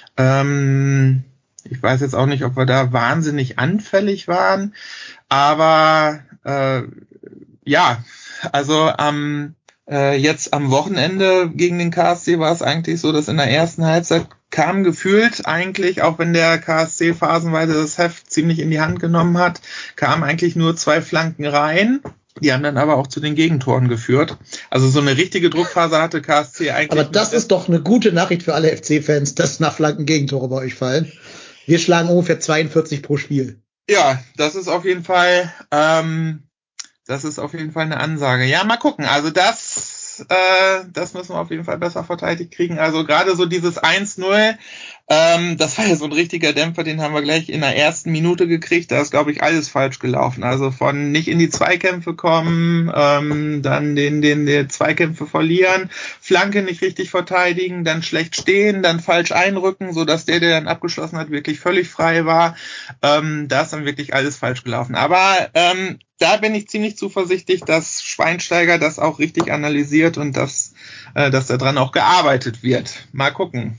Ähm, ich weiß jetzt auch nicht, ob wir da wahnsinnig anfällig waren, aber äh, ja, also am äh, jetzt am Wochenende gegen den K S C war es eigentlich so, dass in der ersten Halbzeit kam gefühlt eigentlich, auch wenn der K S C phasenweise das Heft ziemlich in die Hand genommen hat, kamen eigentlich nur zwei Flanken rein. Die haben dann aber auch zu den Gegentoren geführt. Also so eine richtige Druckphase hatte K S C eigentlich. Aber das ist doch eine gute Nachricht für alle F C-Fans, dass nach Flanken Gegentore bei euch fallen. Wir schlagen ungefähr zweiundvierzig pro Spiel. Ja, das ist auf jeden Fall, ähm, das ist auf jeden Fall eine Ansage. Ja, mal gucken. Also das, äh, das müssen wir auf jeden Fall besser verteidigt kriegen. Also gerade so dieses eins null, ähm, das war ja so ein richtiger Dämpfer, den haben wir gleich in der ersten Minute gekriegt. Da ist, glaube ich, alles falsch gelaufen. Also von nicht in die Zweikämpfe kommen, ähm, dann den, den, den Zweikämpfe verlieren, Flanke nicht richtig verteidigen, dann schlecht stehen, dann falsch einrücken, so dass der, der dann abgeschlossen hat, wirklich völlig frei war. Ähm, da ist dann wirklich alles falsch gelaufen. Aber ähm, da bin ich ziemlich zuversichtlich, dass Schweinsteiger das auch richtig analysiert und dass, äh, dass daran auch gearbeitet wird. Mal gucken.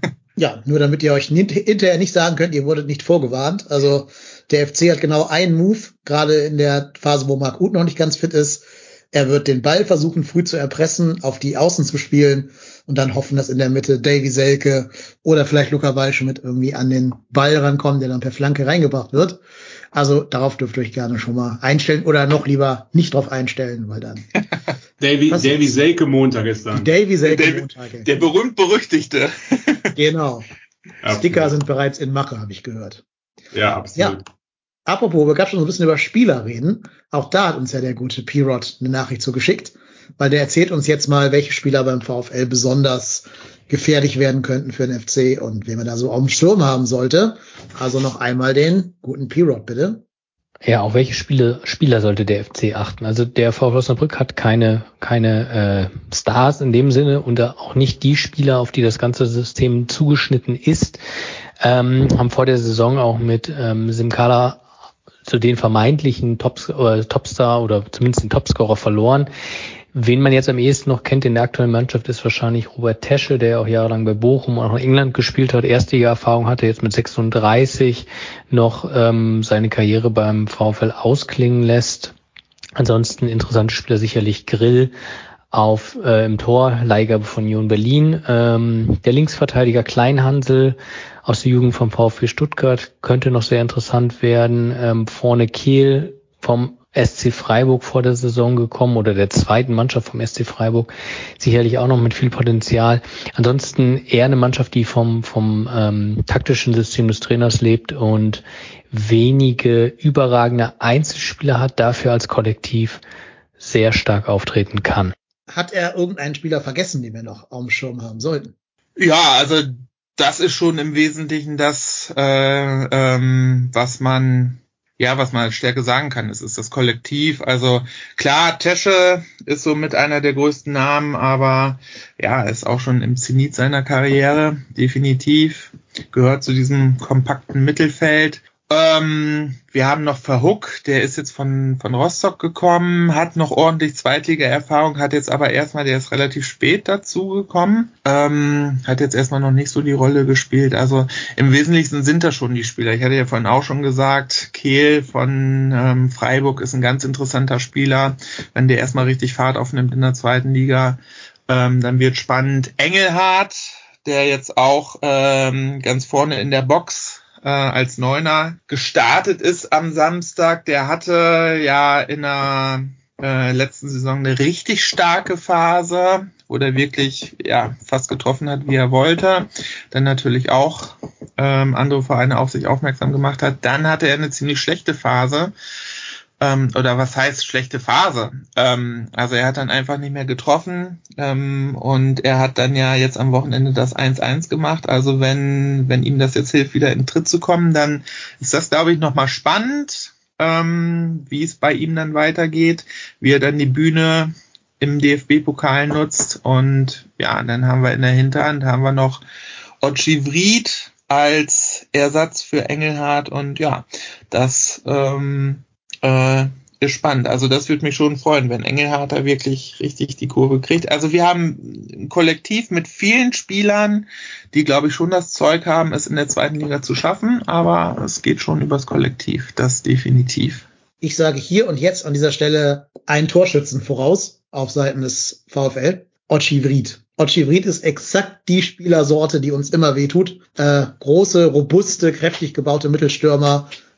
Ja, nur damit ihr euch hinterher nicht sagen könnt, ihr wurdet nicht vorgewarnt. Also der F C hat genau einen Move, gerade in der Phase, wo Marc Uth noch nicht ganz fit ist. Er wird den Ball versuchen, früh zu erpressen, auf die Außen zu spielen und dann hoffen, dass in der Mitte Davy Selke oder vielleicht Luca Waldschmidt irgendwie an den Ball rankommen, der dann per Flanke reingebracht wird. Also darauf dürft ihr euch gerne schon mal einstellen oder noch lieber nicht drauf einstellen, weil dann... Davy, Davy Selke Montag ist dann. Davy Selke der, Montag. Der berühmt-berüchtigte. Genau. Absolut. Sticker sind bereits in Mache, habe ich gehört. Ja, absolut. Ja. Apropos, wir gerade schon so ein bisschen über Spieler reden. Auch da hat uns ja der gute P-Rod eine Nachricht so geschickt, weil der erzählt uns jetzt mal, welche Spieler beim VfL besonders gefährlich werden könnten für den F C und wen man da so auf dem Schirm haben sollte. Also noch einmal den guten P-Rod, bitte. Ja, auf welche Spiele, Spieler sollte der F C achten? Also der VfL Osnabrück hat keine keine äh, Stars in dem Sinne und auch nicht die Spieler, auf die das ganze System zugeschnitten ist. Ähm, haben vor der Saison auch mit ähm, Simkala zu den vermeintlichen Tops, äh, Topstar oder zumindest den Topscorer verloren. Wen man jetzt am ehesten noch kennt in der aktuellen Mannschaft ist wahrscheinlich Robert Tesche, der auch jahrelang bei Bochum und auch in England gespielt hat, Erstliga-Erfahrung hatte, jetzt mit sechsunddreißig noch ähm, seine Karriere beim VfL ausklingen lässt. Ansonsten interessante Spieler sicherlich Grill auf äh, im Tor, Leihgabe von Union Berlin. Ähm, der Linksverteidiger Kleinhansel aus der Jugend vom VfB Stuttgart könnte noch sehr interessant werden. Ähm, vorne Kehl vom S C Freiburg vor der Saison gekommen oder der zweiten Mannschaft vom S C Freiburg, sicherlich auch noch mit viel Potenzial. Ansonsten eher eine Mannschaft, die vom vom ähm, taktischen System des Trainers lebt und wenige überragende Einzelspieler hat, dafür als Kollektiv sehr stark auftreten kann. Hat er irgendeinen Spieler vergessen, den wir noch auf dem Schirm haben sollten? Ja, also das ist schon im Wesentlichen das, äh, ähm, was man Ja, was man als Stärke sagen kann, es ist das Kollektiv. Also klar, Tesche ist so mit einer der größten Namen, aber ja, ist auch schon im Zenit seiner Karriere, definitiv. Gehört zu diesem kompakten Mittelfeld. Ähm, wir haben noch Verhoek, der ist jetzt von von Rostock gekommen, hat noch ordentlich Zweitliga-Erfahrung, hat jetzt aber erstmal, der ist relativ spät dazu gekommen, ähm, hat jetzt erstmal noch nicht so die Rolle gespielt. Also im Wesentlichen sind das schon die Spieler. Ich hatte ja vorhin auch schon gesagt, Kehl von ähm, Freiburg ist ein ganz interessanter Spieler. Wenn der erstmal richtig Fahrt aufnimmt in der zweiten Liga, ähm, dann wird spannend. Engelhardt, der jetzt auch ähm, ganz vorne in der Box äh, als Neuner gestartet ist am Samstag, der hatte ja in der äh, letzten Saison eine richtig starke Phase, wo der wirklich ja fast getroffen hat, wie er wollte. Dann natürlich auch ähm, andere Vereine auf sich aufmerksam gemacht hat. Dann hatte er eine ziemlich schlechte Phase. Ähm, oder was heißt schlechte Phase? Ähm, also er hat dann einfach nicht mehr getroffen ähm, und er hat dann ja jetzt am Wochenende das eins eins gemacht. Also wenn wenn ihm das jetzt hilft, wieder in den Tritt zu kommen, dann ist das, glaube ich, nochmal spannend, ähm, wie es bei ihm dann weitergeht, wie er dann die Bühne im D F B-Pokal nutzt. Und ja, dann haben wir in der Hinterhand haben wir noch Ochi Vried als Ersatz für Engelhardt und ja, das ähm, Äh, ist spannend. Also das würde mich schon freuen, wenn Engelhardt da wirklich richtig die Kurve kriegt. Also wir haben ein Kollektiv mit vielen Spielern, die, glaube ich, schon das Zeug haben, es in der zweiten Liga zu schaffen, aber es geht schon übers Kollektiv, das definitiv. Ich sage hier und jetzt an dieser Stelle einen Torschützen voraus auf Seiten des VfL. Ochi Vried. Ochi Vried ist exakt die Spielersorte, die uns immer wehtut. Äh, große, robuste, kräftig gebaute Mittelstürmer,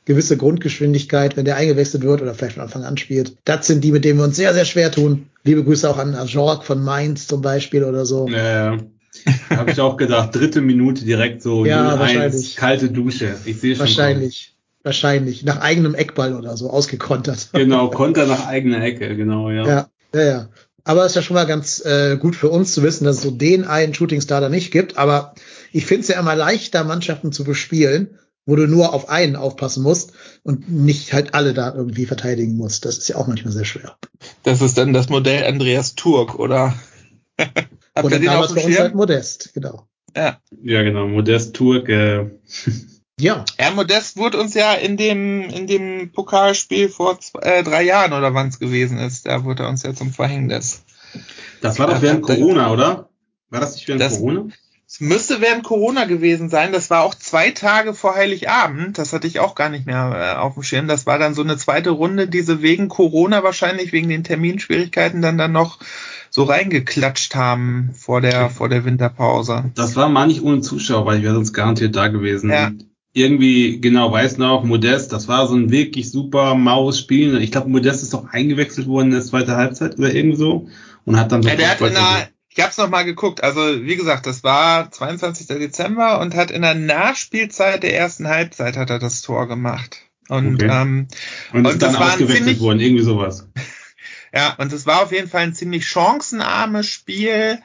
gewisse Grundgeschwindigkeit, wenn der eingewechselt wird oder vielleicht von Anfang an spielt. Das sind die, mit denen wir uns sehr, sehr schwer tun. Liebe Grüße auch an Ajorg von Mainz zum Beispiel oder so. Ja, habe ich auch gedacht. Dritte Minute direkt so Ja, null eins, wahrscheinlich. kalte Dusche. Ich sehe schon. Wahrscheinlich. Wahrscheinlich. Nach eigenem Eckball oder so, ausgekontert. Genau, Konter nach eigener Ecke, genau, ja. Ja, ja, ja. Aber es ist ja schon mal ganz äh, gut für uns zu wissen, dass es so den einen Shootingstar da nicht gibt. Aber ich finde es ja immer leichter, Mannschaften zu bespielen, wo du nur auf einen aufpassen musst und nicht halt alle da irgendwie verteidigen musst. Das ist ja auch manchmal sehr schwer. Das ist dann das Modell Andreas Turk, oder? Habt Oder ihr den auf damals dem bei uns Schirm? halt Modest, genau. Ja. Ja, genau, Modest Turk. Äh. Ja. Ja, Modest wurde uns ja in dem in dem Pokalspiel vor zwei, äh, drei Jahren oder wann es gewesen ist, da wurde er uns ja zum Verhängnis. Das war doch während Corona, oder? War das nicht während das, Corona? Es müsste während Corona gewesen sein. Das war auch zwei Tage vor Heiligabend. Das hatte ich auch gar nicht mehr äh, auf dem Schirm. Das war dann so eine zweite Runde, die sie wegen Corona wahrscheinlich, wegen den Terminschwierigkeiten dann dann noch so reingeklatscht haben vor der vor der Winterpause. Das war mal nicht ohne Zuschauer, weil ich wäre sonst garantiert da gewesen. Ja. Und irgendwie, genau, weiß noch, Modest, das war so ein wirklich super maues Spiel. Ich glaube, Modest ist doch eingewechselt worden in der zweiten Halbzeit oder irgendwie so und hat dann so ja, der hat in der, ich hab's noch mal geguckt, also wie gesagt, das war zweiundzwanzigster Dezember und hat in der Nachspielzeit der ersten Halbzeit hat er das Tor gemacht. Und, okay. ähm, und ist und dann das war ausgewechselt ziemlich, worden, irgendwie sowas. Ja, und es war auf jeden Fall ein ziemlich chancenarmes Spiel.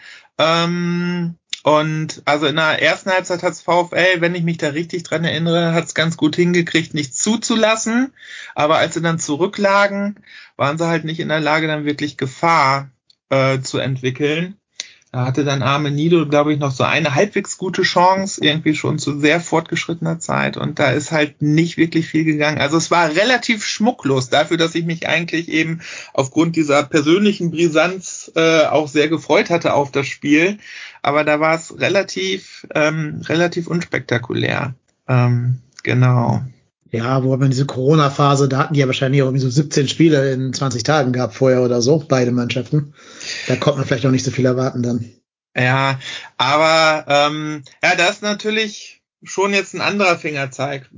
Ähm, und also in der ersten Halbzeit hat's VfL, wenn ich mich da richtig dran erinnere, hat's ganz gut hingekriegt, nichts zuzulassen. Aber als sie dann zurücklagen, waren sie halt nicht in der Lage, dann wirklich Gefahr äh, zu entwickeln. Da hatte dann Arme Nido, glaube ich, noch so eine halbwegs gute Chance, irgendwie schon zu sehr fortgeschrittener Zeit. Und da ist halt nicht wirklich viel gegangen. Also es war relativ schmucklos dafür, dass ich mich eigentlich eben aufgrund dieser persönlichen Brisanz äh, auch sehr gefreut hatte auf das Spiel. Aber da war es relativ, ähm, relativ unspektakulär. Ähm, genau. Ja, wo man diese Corona-Phase, da hatten die ja wahrscheinlich auch irgendwie so siebzehn Spiele in zwanzig Tagen gehabt vorher oder so, beide Mannschaften. Da konnte man vielleicht auch nicht so viel erwarten dann. Ja, aber ähm, ja, das ist natürlich schon jetzt ein anderer Fingerzeig.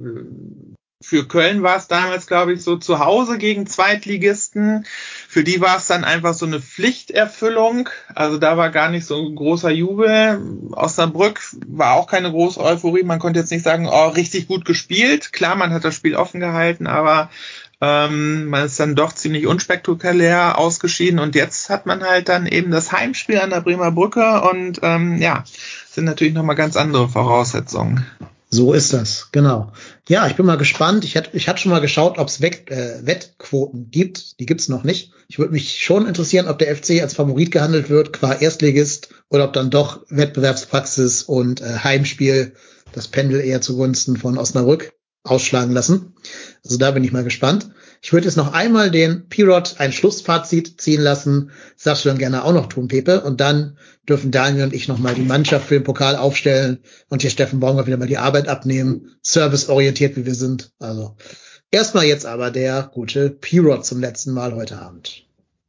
Für Köln war es damals, glaube ich, so zu Hause gegen Zweitligisten. Für die war es dann einfach so eine Pflichterfüllung. Also da war gar nicht so ein großer Jubel. Osnabrück war auch keine große Euphorie. Man konnte jetzt nicht sagen, oh, richtig gut gespielt. Klar, man hat das Spiel offen gehalten, aber ähm, man ist dann doch ziemlich unspektakulär ausgeschieden. Und jetzt hat man halt dann eben das Heimspiel an der Bremer Brücke und ähm, ja, sind natürlich nochmal ganz andere Voraussetzungen. So ist das, genau. Ja, ich bin mal gespannt. Ich hatte ich hatte schon mal geschaut, ob es äh, Wettquoten gibt. Die gibt's noch nicht. Ich würde mich schon interessieren, ob der F C als Favorit gehandelt wird, qua Erstligist, oder ob dann doch Wettbewerbspraxis und äh, Heimspiel das Pendel eher zugunsten von Osnabrück ausschlagen lassen. Also da bin ich mal gespannt. Ich würde jetzt noch einmal den Pirot ein Schlussfazit ziehen lassen. Das darfst du dann gerne auch noch tun, Pepe. Und dann dürfen Daniel und ich nochmal die Mannschaft für den Pokal aufstellen und hier Steffen Baumgart wieder mal die Arbeit abnehmen. Serviceorientiert, wie wir sind. Also erstmal jetzt aber der gute Pirot zum letzten Mal heute Abend.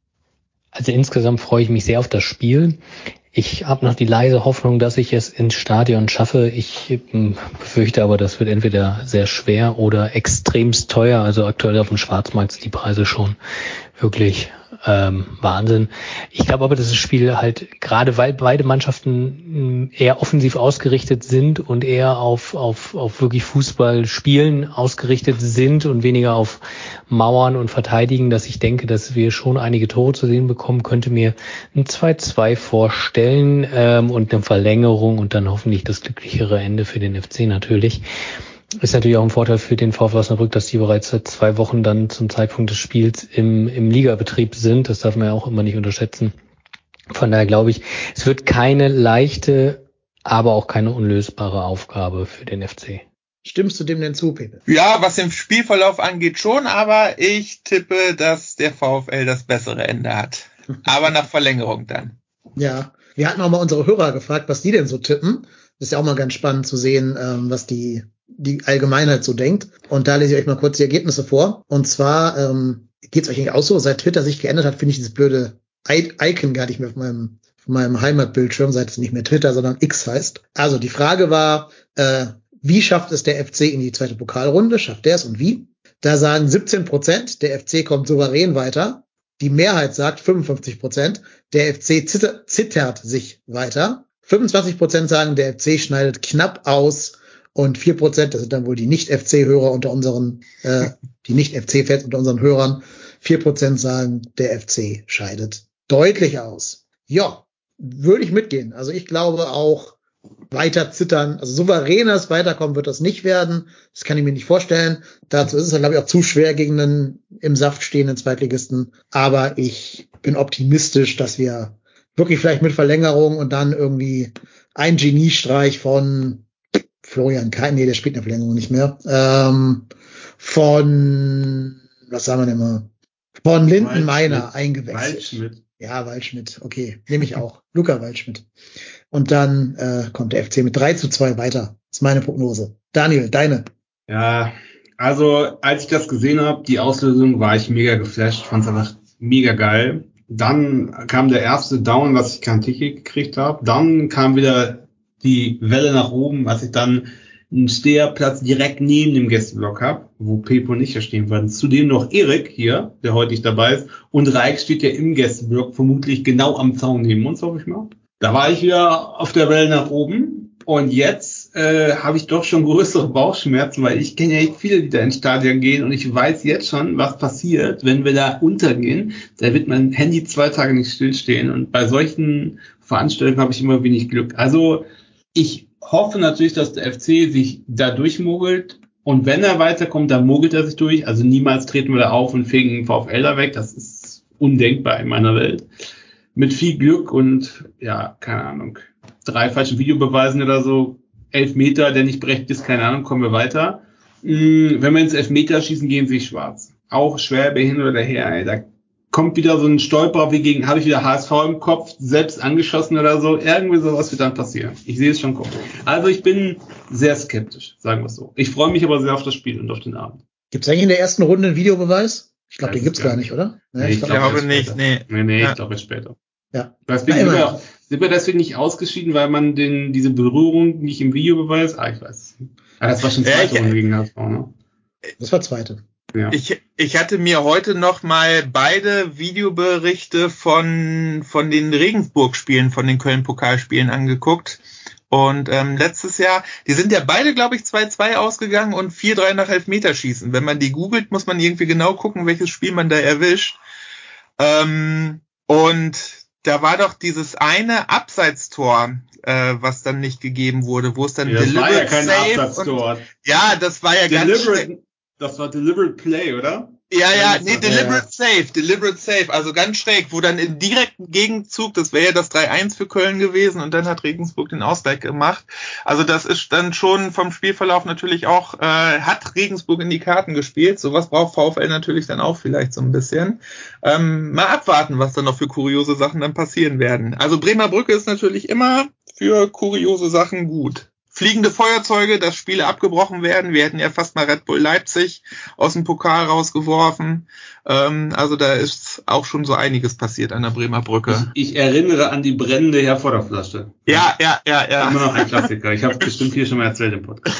Also insgesamt freue ich mich sehr auf das Spiel. Ich habe noch die leise Hoffnung, dass ich es ins Stadion schaffe. Ich befürchte aber, das wird entweder sehr schwer oder extremst teuer. Also aktuell auf dem Schwarzmarkt sind die Preise schon wirklich ähm, Wahnsinn. Ich glaube aber, dass das Spiel halt, gerade weil beide Mannschaften eher offensiv ausgerichtet sind und eher auf auf auf wirklich Fußball spielen ausgerichtet sind und weniger auf Mauern und Verteidigen, dass ich denke, dass wir schon einige Tore zu sehen bekommen, könnte mir ein zwei zwei vorstellen ähm, und eine Verlängerung und dann hoffentlich das glücklichere Ende für den F C natürlich. Ist natürlich auch ein Vorteil für den VfL Osnabrück, dass die bereits seit zwei Wochen dann zum Zeitpunkt des Spiels im, im Ligabetrieb sind. Das darf man ja auch immer nicht unterschätzen. Von daher glaube ich, es wird keine leichte, aber auch keine unlösbare Aufgabe für den F C. Stimmst du dem denn zu, Pepe? Ja, was den Spielverlauf angeht schon, aber ich tippe, dass der VfL das bessere Ende hat. Aber nach Verlängerung dann. Ja, wir hatten auch mal unsere Hörer gefragt, was die denn so tippen. Das ist ja auch mal ganz spannend zu sehen, ähm, was die die Allgemeinheit so denkt. Und da lese ich euch mal kurz die Ergebnisse vor. Und zwar ähm, geht es euch eigentlich auch so, seit Twitter sich geändert hat, finde ich dieses blöde I- Icon gar nicht mehr auf meinem, auf meinem Heimatbildschirm, seit es nicht mehr Twitter, sondern X heißt. Also die Frage war, äh, wie schafft es der F C in die zweite Pokalrunde? Schafft er es und wie? Da sagen siebzehn Prozent, der F C kommt souverän weiter. Die Mehrheit sagt fünfundfünfzig Prozent, der F C zitter, zittert sich weiter. fünfundzwanzig Prozent sagen, der F C schneidet knapp aus. Und vier Prozent, das sind dann wohl die Nicht-F C-Hörer unter unseren, äh, die Nicht-F C-Fans unter unseren Hörern. vier Prozent sagen, der F C scheidet deutlich aus. Ja, würde ich mitgehen. Also ich glaube auch, weiter zittern, also souveränes Weiterkommen wird das nicht werden. Das kann ich mir nicht vorstellen. Dazu ist es dann, glaube ich, auch zu schwer gegen einen im Saft stehenden Zweitligisten. Aber ich bin optimistisch, dass wir wirklich vielleicht mit Verlängerung und dann irgendwie ein Geniestreich von Florian Kein, nee, der spielt in der Verlängerung nicht mehr, ähm, von, was sagen wir denn mal, von Lindenmeiner eingewechselt. Waldschmidt. Ja, Waldschmidt, okay, nehme ich auch. Luca Waldschmidt. Und dann äh, kommt der F C mit drei zu zwei weiter. Das ist meine Prognose. Daniel, deine. Ja, also als ich das gesehen habe, die Auslösung, war ich mega geflasht, fand es einfach mega geil. Dann kam der erste Down, dass ich kein Ticket gekriegt habe. Dann kam wieder die Welle nach oben, als ich dann einen Steherplatz direkt neben dem Gästeblock habe, wo Pepo nicht stehen werden. Zudem noch Erik hier, der heute nicht dabei ist. Und Reik steht ja im Gästeblock, vermutlich genau am Zaun neben uns, hoffe ich mal. Da war ich wieder auf der Welle nach oben. Und jetzt äh, habe ich doch schon größere Bauchschmerzen, weil ich kenne ja echt viele, die da ins Stadion gehen. Und ich weiß jetzt schon, was passiert, wenn wir da untergehen. Da wird mein Handy zwei Tage nicht stillstehen. Und bei solchen Veranstaltungen habe ich immer wenig Glück. Also ich hoffe natürlich, dass der F C sich da durchmogelt. Und wenn er weiterkommt, dann mogelt er sich durch. Also niemals treten wir da auf und fegen den VfL da weg. Das ist undenkbar in meiner Welt. Mit viel Glück und, ja, keine Ahnung, drei falschen Videobeweisen oder so, Elfmeter, der nicht berechtigt ist, keine Ahnung, kommen wir weiter. Wenn wir ins Elfmeterschießen gehen, sehe ich schwarz. Auch Schwäbe hin oder her, ey. Da kommt wieder so ein Stolper, wie gegen, habe ich wieder H S V im Kopf, selbst angeschossen oder so. Irgendwie sowas wird dann passieren. Ich sehe es schon kommen. Also ich bin sehr skeptisch, sagen wir es so. Ich freue mich aber sehr auf das Spiel und auf den Abend. Gibt es eigentlich in der ersten Runde einen Videobeweis? Ich glaube, den gibt's gar nicht, oder? Nee, ich, ich glaube, glaube nicht. Nee, nee, nee ja. Ich glaube, es später. Ja. Deswegen sind wir, sind wir deswegen nicht ausgeschieden, weil man den, diese Berührung nicht im Videobeweis, ah, ich weiß. Ah, das war schon zweite Runde gegen H S V, ne? Das war zweite. Ja. Ich, ich hatte mir heute noch mal beide Videoberichte von, von den Regensburg-Spielen, von den Köln-Pokalspielen angeguckt. Und ähm, letztes Jahr, die sind ja beide, glaube ich, zwei zwei ausgegangen und vier drei nach Elfmeterschießen. Wenn man die googelt, muss man irgendwie genau gucken, welches Spiel man da erwischt. Ähm, und da war doch dieses eine Abseitstor, äh, was dann nicht gegeben wurde, wo es dann ja, das war ja kein Abseitstor. Ja, das war ja deliberate, ganz das war Deliberate Play, oder? Ja, ja, nee, Deliberate ja. Save, Deliberate Save, also ganz schräg, wo dann im direkten Gegenzug, das wäre ja das drei eins für Köln gewesen und dann hat Regensburg den Ausgleich gemacht. Also das ist dann schon vom Spielverlauf natürlich auch, äh, hat Regensburg in die Karten gespielt. Sowas braucht VfL natürlich dann auch vielleicht so ein bisschen. Ähm, mal abwarten, was dann noch für kuriose Sachen dann passieren werden. Also Bremer Brücke ist natürlich immer für kuriose Sachen gut. Fliegende Feuerzeuge, dass Spiele abgebrochen werden. Wir hätten ja fast mal Red Bull Leipzig aus dem Pokal rausgeworfen. Ähm, also da ist auch schon so einiges passiert an der Bremer Brücke. Ich, ich erinnere an die brennende Herforder-Flasche. Ja, ja, ja, ja. Immer noch ein Klassiker. Ich habe es bestimmt hier schon mal erzählt im Podcast.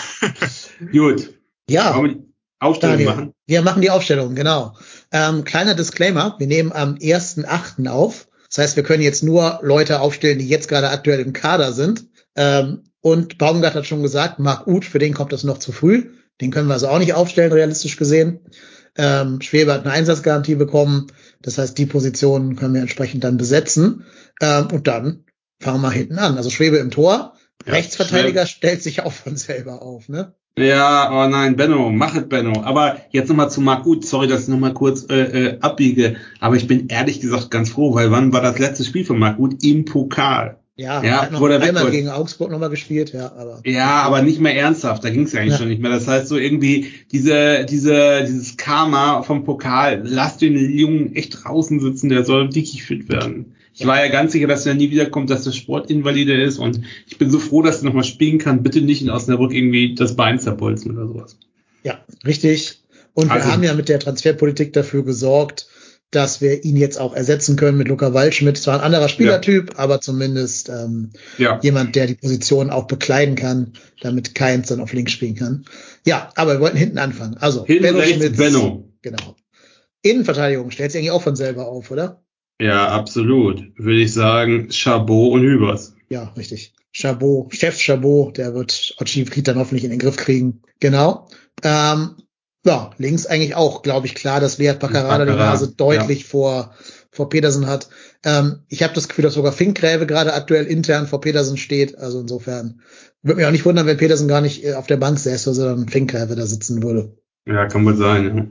Gut. Ja. Wollen wir die Aufstellung Daniel, machen? Wir machen die Aufstellung, genau. Ähm, kleiner Disclaimer, wir nehmen am ersten achten auf. Das heißt, wir können jetzt nur Leute aufstellen, die jetzt gerade aktuell im Kader sind. Ähm, Und Baumgart hat schon gesagt, Marc Uth, für den kommt das noch zu früh. Den können wir also auch nicht aufstellen, realistisch gesehen. Ähm, Schwebe hat eine Einsatzgarantie bekommen. Das heißt, die Positionen können wir entsprechend dann besetzen. Ähm, und dann fangen wir hinten an. Also Schwebe im Tor. Ja, Rechtsverteidiger Schwebe stellt sich auch von selber auf, ne? Ja, oh nein, Benno, mach es, Benno. Aber jetzt nochmal zu Marc Uth. Sorry, dass ich nochmal kurz äh, äh, abbiege. Aber ich bin ehrlich gesagt ganz froh, weil wann war das letzte Spiel von Marc Uth? Im Pokal. Ja, ja, er hat noch einmal gegen Augsburg nochmal gespielt, ja, aber. Ja, aber nicht mehr ernsthaft, da ging es ja eigentlich ja. schon nicht mehr. Das heißt so irgendwie, diese, diese, dieses Karma vom Pokal, lass den Jungen echt draußen sitzen, der soll dickig fit werden. Ich ja. war ja ganz sicher, dass er nie wiederkommt, dass der Sportinvalide ist und ich bin so froh, dass er nochmal spielen kann. Bitte nicht in Osnabrück irgendwie das Bein zerbolzen oder sowas. Ja, richtig. Und also, wir haben ja mit der Transferpolitik dafür gesorgt, dass wir ihn jetzt auch ersetzen können mit Luca Waldschmidt. Zwar ein anderer Spielertyp, ja. aber zumindest ähm, ja. jemand, der die Position auch bekleiden kann, damit Keins dann auf links spielen kann. Ja, aber wir wollten hinten anfangen. Also hinten Benno rechts Schmitz, Benno. Genau. Innenverteidigung stellt sich eigentlich auch von selber auf, oder? Ja, absolut. Würde ich sagen, Chabot und Hübers. Ja, richtig. Chabot, Chef Chabot, der wird Ochi Fried dann hoffentlich in den Griff kriegen. Genau. Ähm, ja, links eigentlich auch, glaube ich, klar, dass Lead Paccarada die Nase deutlich ja. vor vor Petersen hat. Ähm, ich habe das Gefühl, dass sogar Finkgräve gerade aktuell intern vor Petersen steht. Also insofern würde mich auch nicht wundern, wenn Petersen gar nicht auf der Bank säße, sondern Finkgräve da sitzen würde. Ja, kann wohl sein, ja.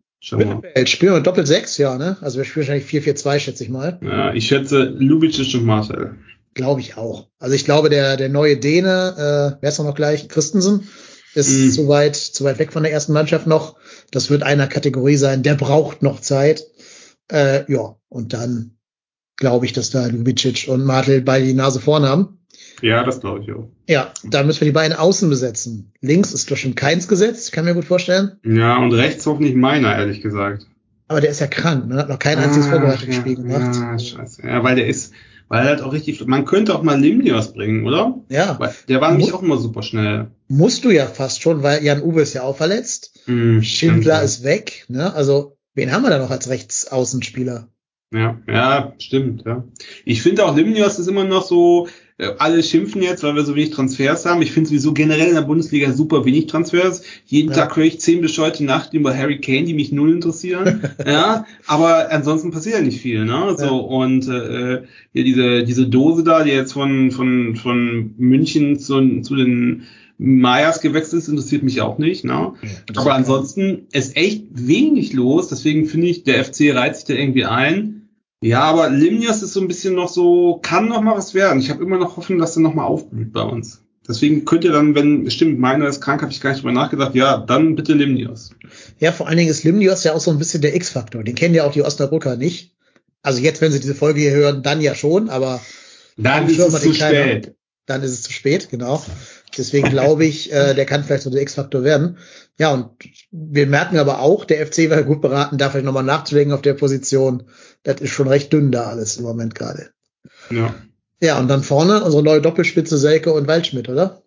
Jetzt spielen wir doppelt sechs, ja, ne? Also wir spielen wahrscheinlich vier vier zwei, schätze ich mal. Ja, ich schätze Lubicic und Marcel. Glaube ich auch. Also ich glaube, der der neue Däne, äh, wer ist noch gleich? Christensen, ist mm. zu weit, zu weit weg von der ersten Mannschaft noch. Das wird einer Kategorie sein, der braucht noch Zeit. Äh, ja, und dann glaube ich, dass da Lubicic und Martel beide die Nase vorn haben. Ja, das glaube ich auch. Ja, da müssen wir die beiden Außen besetzen. Links ist bestimmt Keins gesetzt, kann mir gut vorstellen. Ja, und rechts hoffentlich meiner, ehrlich gesagt. Aber der ist ja krank, ne? Hat noch kein einziges ah, Vorbereitungsspiel ja, gemacht. Ja, scheiße. Ja, weil der ist, weil er halt auch richtig, man könnte auch mal Limnios bringen, oder? Ja. Weil der war nämlich auch immer super schnell. Musst du ja fast schon, weil Jan Uwe ist ja auch verletzt. Mm, Schindler stimmt, ist weg, ne? Also, wen haben wir da noch als Rechtsaußenspieler? Ja, ja, stimmt, ja. Ich finde auch Limnios ist immer noch so, äh, alle schimpfen jetzt, weil wir so wenig Transfers haben. Ich finde sowieso generell in der Bundesliga super wenig Transfers. Jeden ja. Tag höre ich zehn bescheuerte Nachrichten über Harry Kane, die mich null interessieren. ja, aber ansonsten passiert ja nicht viel, ne? So, ja. und äh, ja, diese diese Dose da, die jetzt von von von München zu, zu den Mayas gewechselt ist, interessiert mich auch nicht, ne? Ja, aber ansonsten ist echt wenig los, deswegen finde ich, der F C reiht sich da irgendwie ein. Ja, aber Limnios ist so ein bisschen noch so, kann noch mal was werden. Ich habe immer noch Hoffnung, dass er noch mal aufblüht bei uns. Deswegen könnt ihr dann, wenn, stimmt, meiner ist krank, habe ich gar nicht drüber nachgedacht, ja, dann bitte Limnios. Ja, vor allen Dingen ist Limnios ja auch so ein bisschen der X-Faktor. Den kennen ja auch die Osnabrücker nicht. Also jetzt, wenn sie diese Folge hier hören, dann ja schon, aber dann ist es zu spät. Dann ist es zu spät, genau. Deswegen glaube ich, äh, der kann vielleicht so der X-Faktor werden. Ja, und wir merken aber auch, der F C war gut beraten, da vielleicht nochmal nachzulegen auf der Position. Das ist schon recht dünn da alles im Moment gerade. Ja. Ja, und dann vorne unsere neue Doppelspitze Selke und Waldschmidt, oder?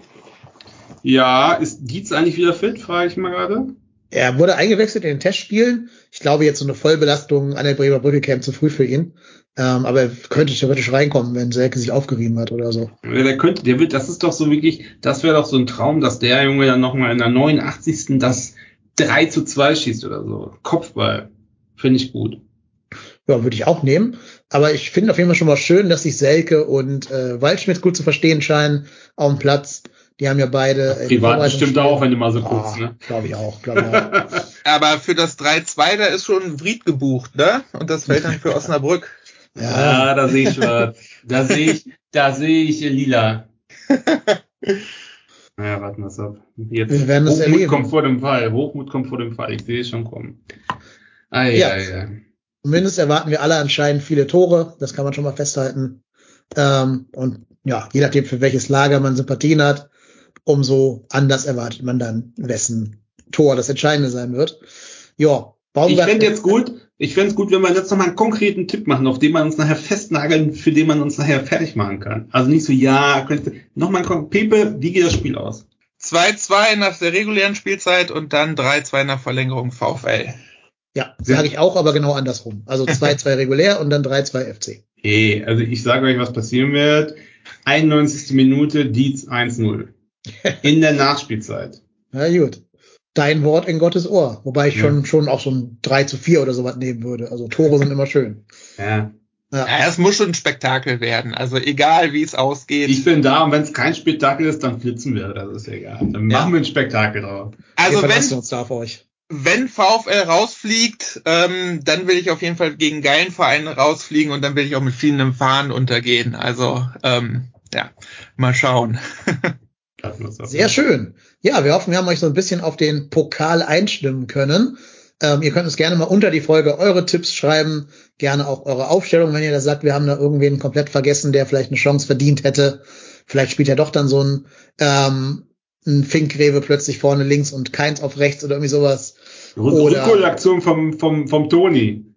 Ja, ist Dietz eigentlich wieder fit, frage ich mal gerade. Er wurde eingewechselt in den Testspielen. Ich glaube, jetzt so eine Vollbelastung an der Bremer Brücke käme zu früh für ihn. Ähm, aber er könnte theoretisch reinkommen, wenn Selke sich aufgerieben hat oder so. Ja, der könnte, der wird, das ist doch so wirklich, das wäre doch so ein Traum, dass der Junge dann nochmal in der neunundachtzigsten das drei zu zwei schießt oder so. Kopfball. Finde ich gut. Ja, würde ich auch nehmen. Aber ich finde auf jeden Fall schon mal schön, dass sich Selke und äh, Waldschmidt gut zu verstehen scheinen auf dem Platz. Die haben ja beide... Äh, privat bestimmt auch, wenn du mal so guckst, oh, ne? Glaube ich auch, glaube ich auch. Aber für das drei zwei, da ist schon Vried gebucht, ne? Und das fällt dann für Osnabrück. Ja, ja, da sehe ich schwarz. Da sehe ich, da sehe ich lila. Naja, warten wir es ab. Jetzt wir werden das Hochmut erleben. kommt vor dem Fall. Hochmut kommt vor dem Fall. Ich sehe es schon kommen. Ah, ja, ja, ja. Zumindest erwarten wir alle anscheinend viele Tore. Das kann man schon mal festhalten. Ähm, und ja, je nachdem, für welches Lager man Sympathien hat, umso anders erwartet man dann, wessen Tor das Entscheidende sein wird. Ja, ich fände jetzt gut, ich fände es gut, wenn wir jetzt nochmal einen konkreten Tipp machen, auf den man uns nachher festnageln, für den man uns nachher fertig machen kann. Also nicht so, ja, nochmal ein Pepe, wie geht das Spiel aus? zwei zwei nach der regulären Spielzeit und dann drei zwei nach Verlängerung VfL. Ja, sage ich auch, aber genau andersrum. Also zwei zwei regulär und dann drei zwei F C. Hey, also ich sage euch, was passieren wird. einundneunzigste Minute, Dietz eins null. In der Nachspielzeit. Na gut. Dein Wort in Gottes Ohr. Wobei ich schon, ja. schon auch so ein drei zu vier oder sowas nehmen würde. Also Tore sind immer schön. Ja. Ja. Ja, es muss schon ein Spektakel werden. Also egal, wie es ausgeht. Ich bin da und wenn es kein Spektakel ist, dann flitzen wir. Das ist egal. Dann ja. machen wir ein Spektakel drauf. Also wir wenn, uns da auf euch. wenn VfL rausfliegt, ähm, dann will ich auf jeden Fall gegen geilen Verein rausfliegen und dann will ich auch mit vielen Fahnen untergehen. Also ähm, ja, mal schauen. Sehr schön. Ja, wir hoffen, wir haben euch so ein bisschen auf den Pokal einstimmen können. Ähm, ihr könnt uns gerne mal unter die Folge eure Tipps schreiben, gerne auch eure Aufstellung, wenn ihr da sagt, wir haben da irgendwen komplett vergessen, der vielleicht eine Chance verdient hätte. Vielleicht spielt ja doch dann so ein, ähm, ein Finkgräve plötzlich vorne links und Keins auf rechts oder irgendwie sowas. Rückholaktion vom, vom, vom Toni.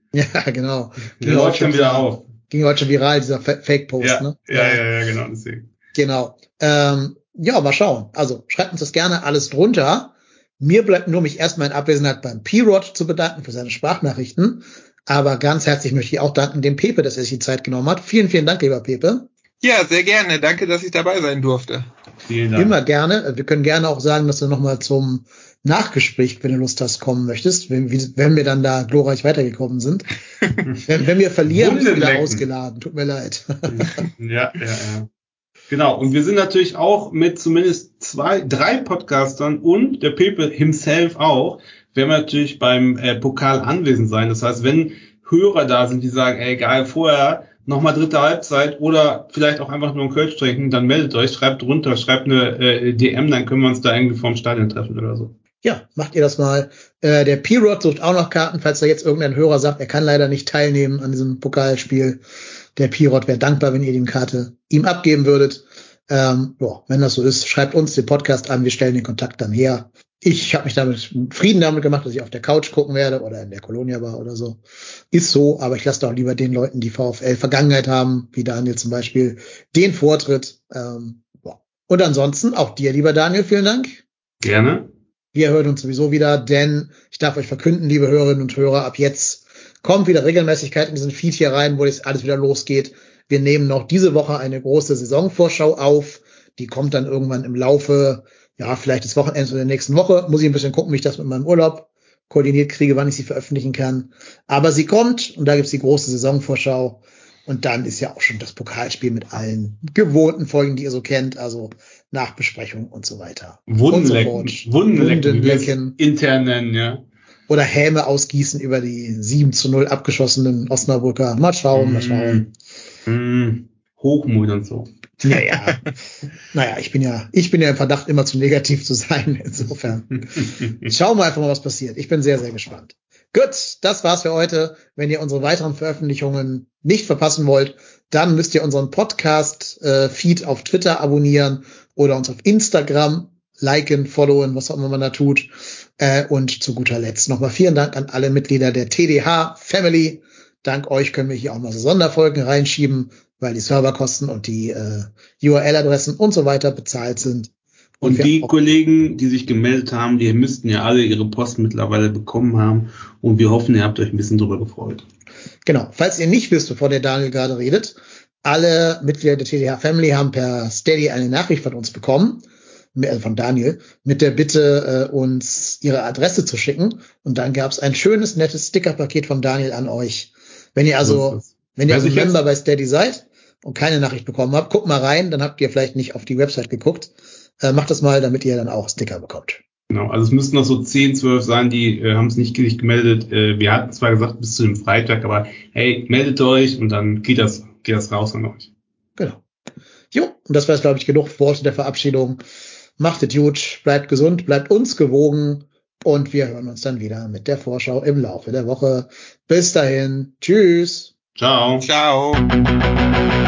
Ja, genau. Der läuft schon wieder auf. Ging heute schon viral, dieser Fake-Post, ja, ne? Ja, ja, ja, ja, genau, deswegen. Genau. Ähm, ja, mal schauen. Also schreibt uns das gerne alles drunter. Mir bleibt nur, mich erstmal in Abwesenheit beim P-Rod zu bedanken für seine Sprachnachrichten. Aber ganz herzlich möchte ich auch danken dem Pepe, dass er sich die Zeit genommen hat. Vielen, vielen Dank, lieber Pepe. Ja, sehr gerne. Danke, dass ich dabei sein durfte. Vielen Dank. Immer gerne. Wir können gerne auch sagen, dass du nochmal zum Nachgespräch, wenn du Lust hast, kommen möchtest, wenn, wenn wir dann da glorreich weitergekommen sind. wenn, wenn wir verlieren, bist du wieder ausgeladen. Tut mir leid. ja, ja, ja. Genau. Und wir sind natürlich auch mit zumindest zwei, drei Podcastern und der Pepe himself auch, werden wir natürlich beim äh, Pokal anwesend sein. Das heißt, wenn Hörer da sind, die sagen, ey, geil, vorher nochmal dritte Halbzeit oder vielleicht auch einfach nur einen Kölsch trinken, dann meldet euch, schreibt runter, schreibt eine äh, D M, dann können wir uns da irgendwie vorm Stadion treffen oder so. Ja, macht ihr das mal. Äh, der P-Rod sucht auch noch Karten, falls da jetzt irgendein Hörer sagt, er kann leider nicht teilnehmen an diesem Pokalspiel. Der P-Rod wäre dankbar, wenn ihr die Karte ihm abgeben würdet. Ähm, ja, wenn das so ist, schreibt uns den Podcast an, wir stellen den Kontakt dann her. Ich habe mich damit Frieden damit gemacht, dass ich auf der Couch gucken werde oder in der Colonia Bar oder so. Ist so, aber ich lasse doch lieber den Leuten, die VfL-Vergangenheit haben, wie Daniel zum Beispiel, den Vortritt. Ähm, ja. Und ansonsten auch dir, lieber Daniel, vielen Dank. Gerne. Wir hören uns sowieso wieder, denn ich darf euch verkünden, liebe Hörerinnen und Hörer, ab jetzt kommt wieder Regelmäßigkeit in diesen Feed hier rein, wo jetzt alles wieder losgeht. Wir nehmen noch diese Woche eine große Saisonvorschau auf. Die kommt dann irgendwann im Laufe, ja, vielleicht des Wochenends oder der nächsten Woche. Muss ich ein bisschen gucken, wie ich das mit meinem Urlaub koordiniert kriege, wann ich sie veröffentlichen kann. Aber sie kommt und da gibt's die große Saisonvorschau. Und dann ist ja auch schon das Pokalspiel mit allen gewohnten Folgen, die ihr so kennt, also Nachbesprechung und so weiter. Wundenlecken, so Wundenlecken, wie wir es intern nennen, ja. Oder Häme ausgießen über die sieben zu null abgeschossenen Osnabrücker. Mal schauen, mal schauen. Mm, mm, Hochmut und so. Naja, naja, ich bin ja, ich bin ja im Verdacht, immer zu negativ zu sein. Insofern schauen wir einfach mal, was passiert. Ich bin sehr, sehr gespannt. Gut, das war's für heute. Wenn ihr unsere weiteren Veröffentlichungen nicht verpassen wollt, dann müsst ihr unseren Podcast-Feed äh, auf Twitter abonnieren oder uns auf Instagram liken, followen, was auch immer man da tut. Äh, und zu guter Letzt nochmal vielen Dank an alle Mitglieder der T D H Family. Dank euch können wir hier auch mal so Sonderfolgen reinschieben, weil die Serverkosten und die äh, U R L-Adressen und so weiter bezahlt sind. Und, und die Kollegen, die sich gemeldet haben, die müssten ja alle ihre Post mittlerweile bekommen haben. Und wir hoffen, ihr habt euch ein bisschen drüber gefreut. Genau. Falls ihr nicht wisst, bevor der Daniel gerade redet, alle Mitglieder der T D H Family haben per Steady eine Nachricht von uns bekommen, also von Daniel, mit der Bitte, äh, uns ihre Adresse zu schicken. Und dann gab es ein schönes, nettes Stickerpaket von Daniel an euch. Wenn ihr also, wenn ihr also Member bei Steady seid und keine Nachricht bekommen habt, guckt mal rein, dann habt ihr vielleicht nicht auf die Website geguckt. Äh, macht das mal, damit ihr dann auch Sticker bekommt. Genau, also es müssten noch so zehn, zwölf sein, die äh, haben es nicht, nicht gemeldet. Äh, wir hatten zwar gesagt bis zu dem Freitag, aber hey, meldet euch und dann geht das, geht das raus an euch. Genau. Jo, und das war jetzt, glaube ich, genug Worte der Verabschiedung. Macht es gut, bleibt gesund, bleibt uns gewogen und wir hören uns dann wieder mit der Vorschau im Laufe der Woche. Bis dahin, tschüss. Ciao. Ciao.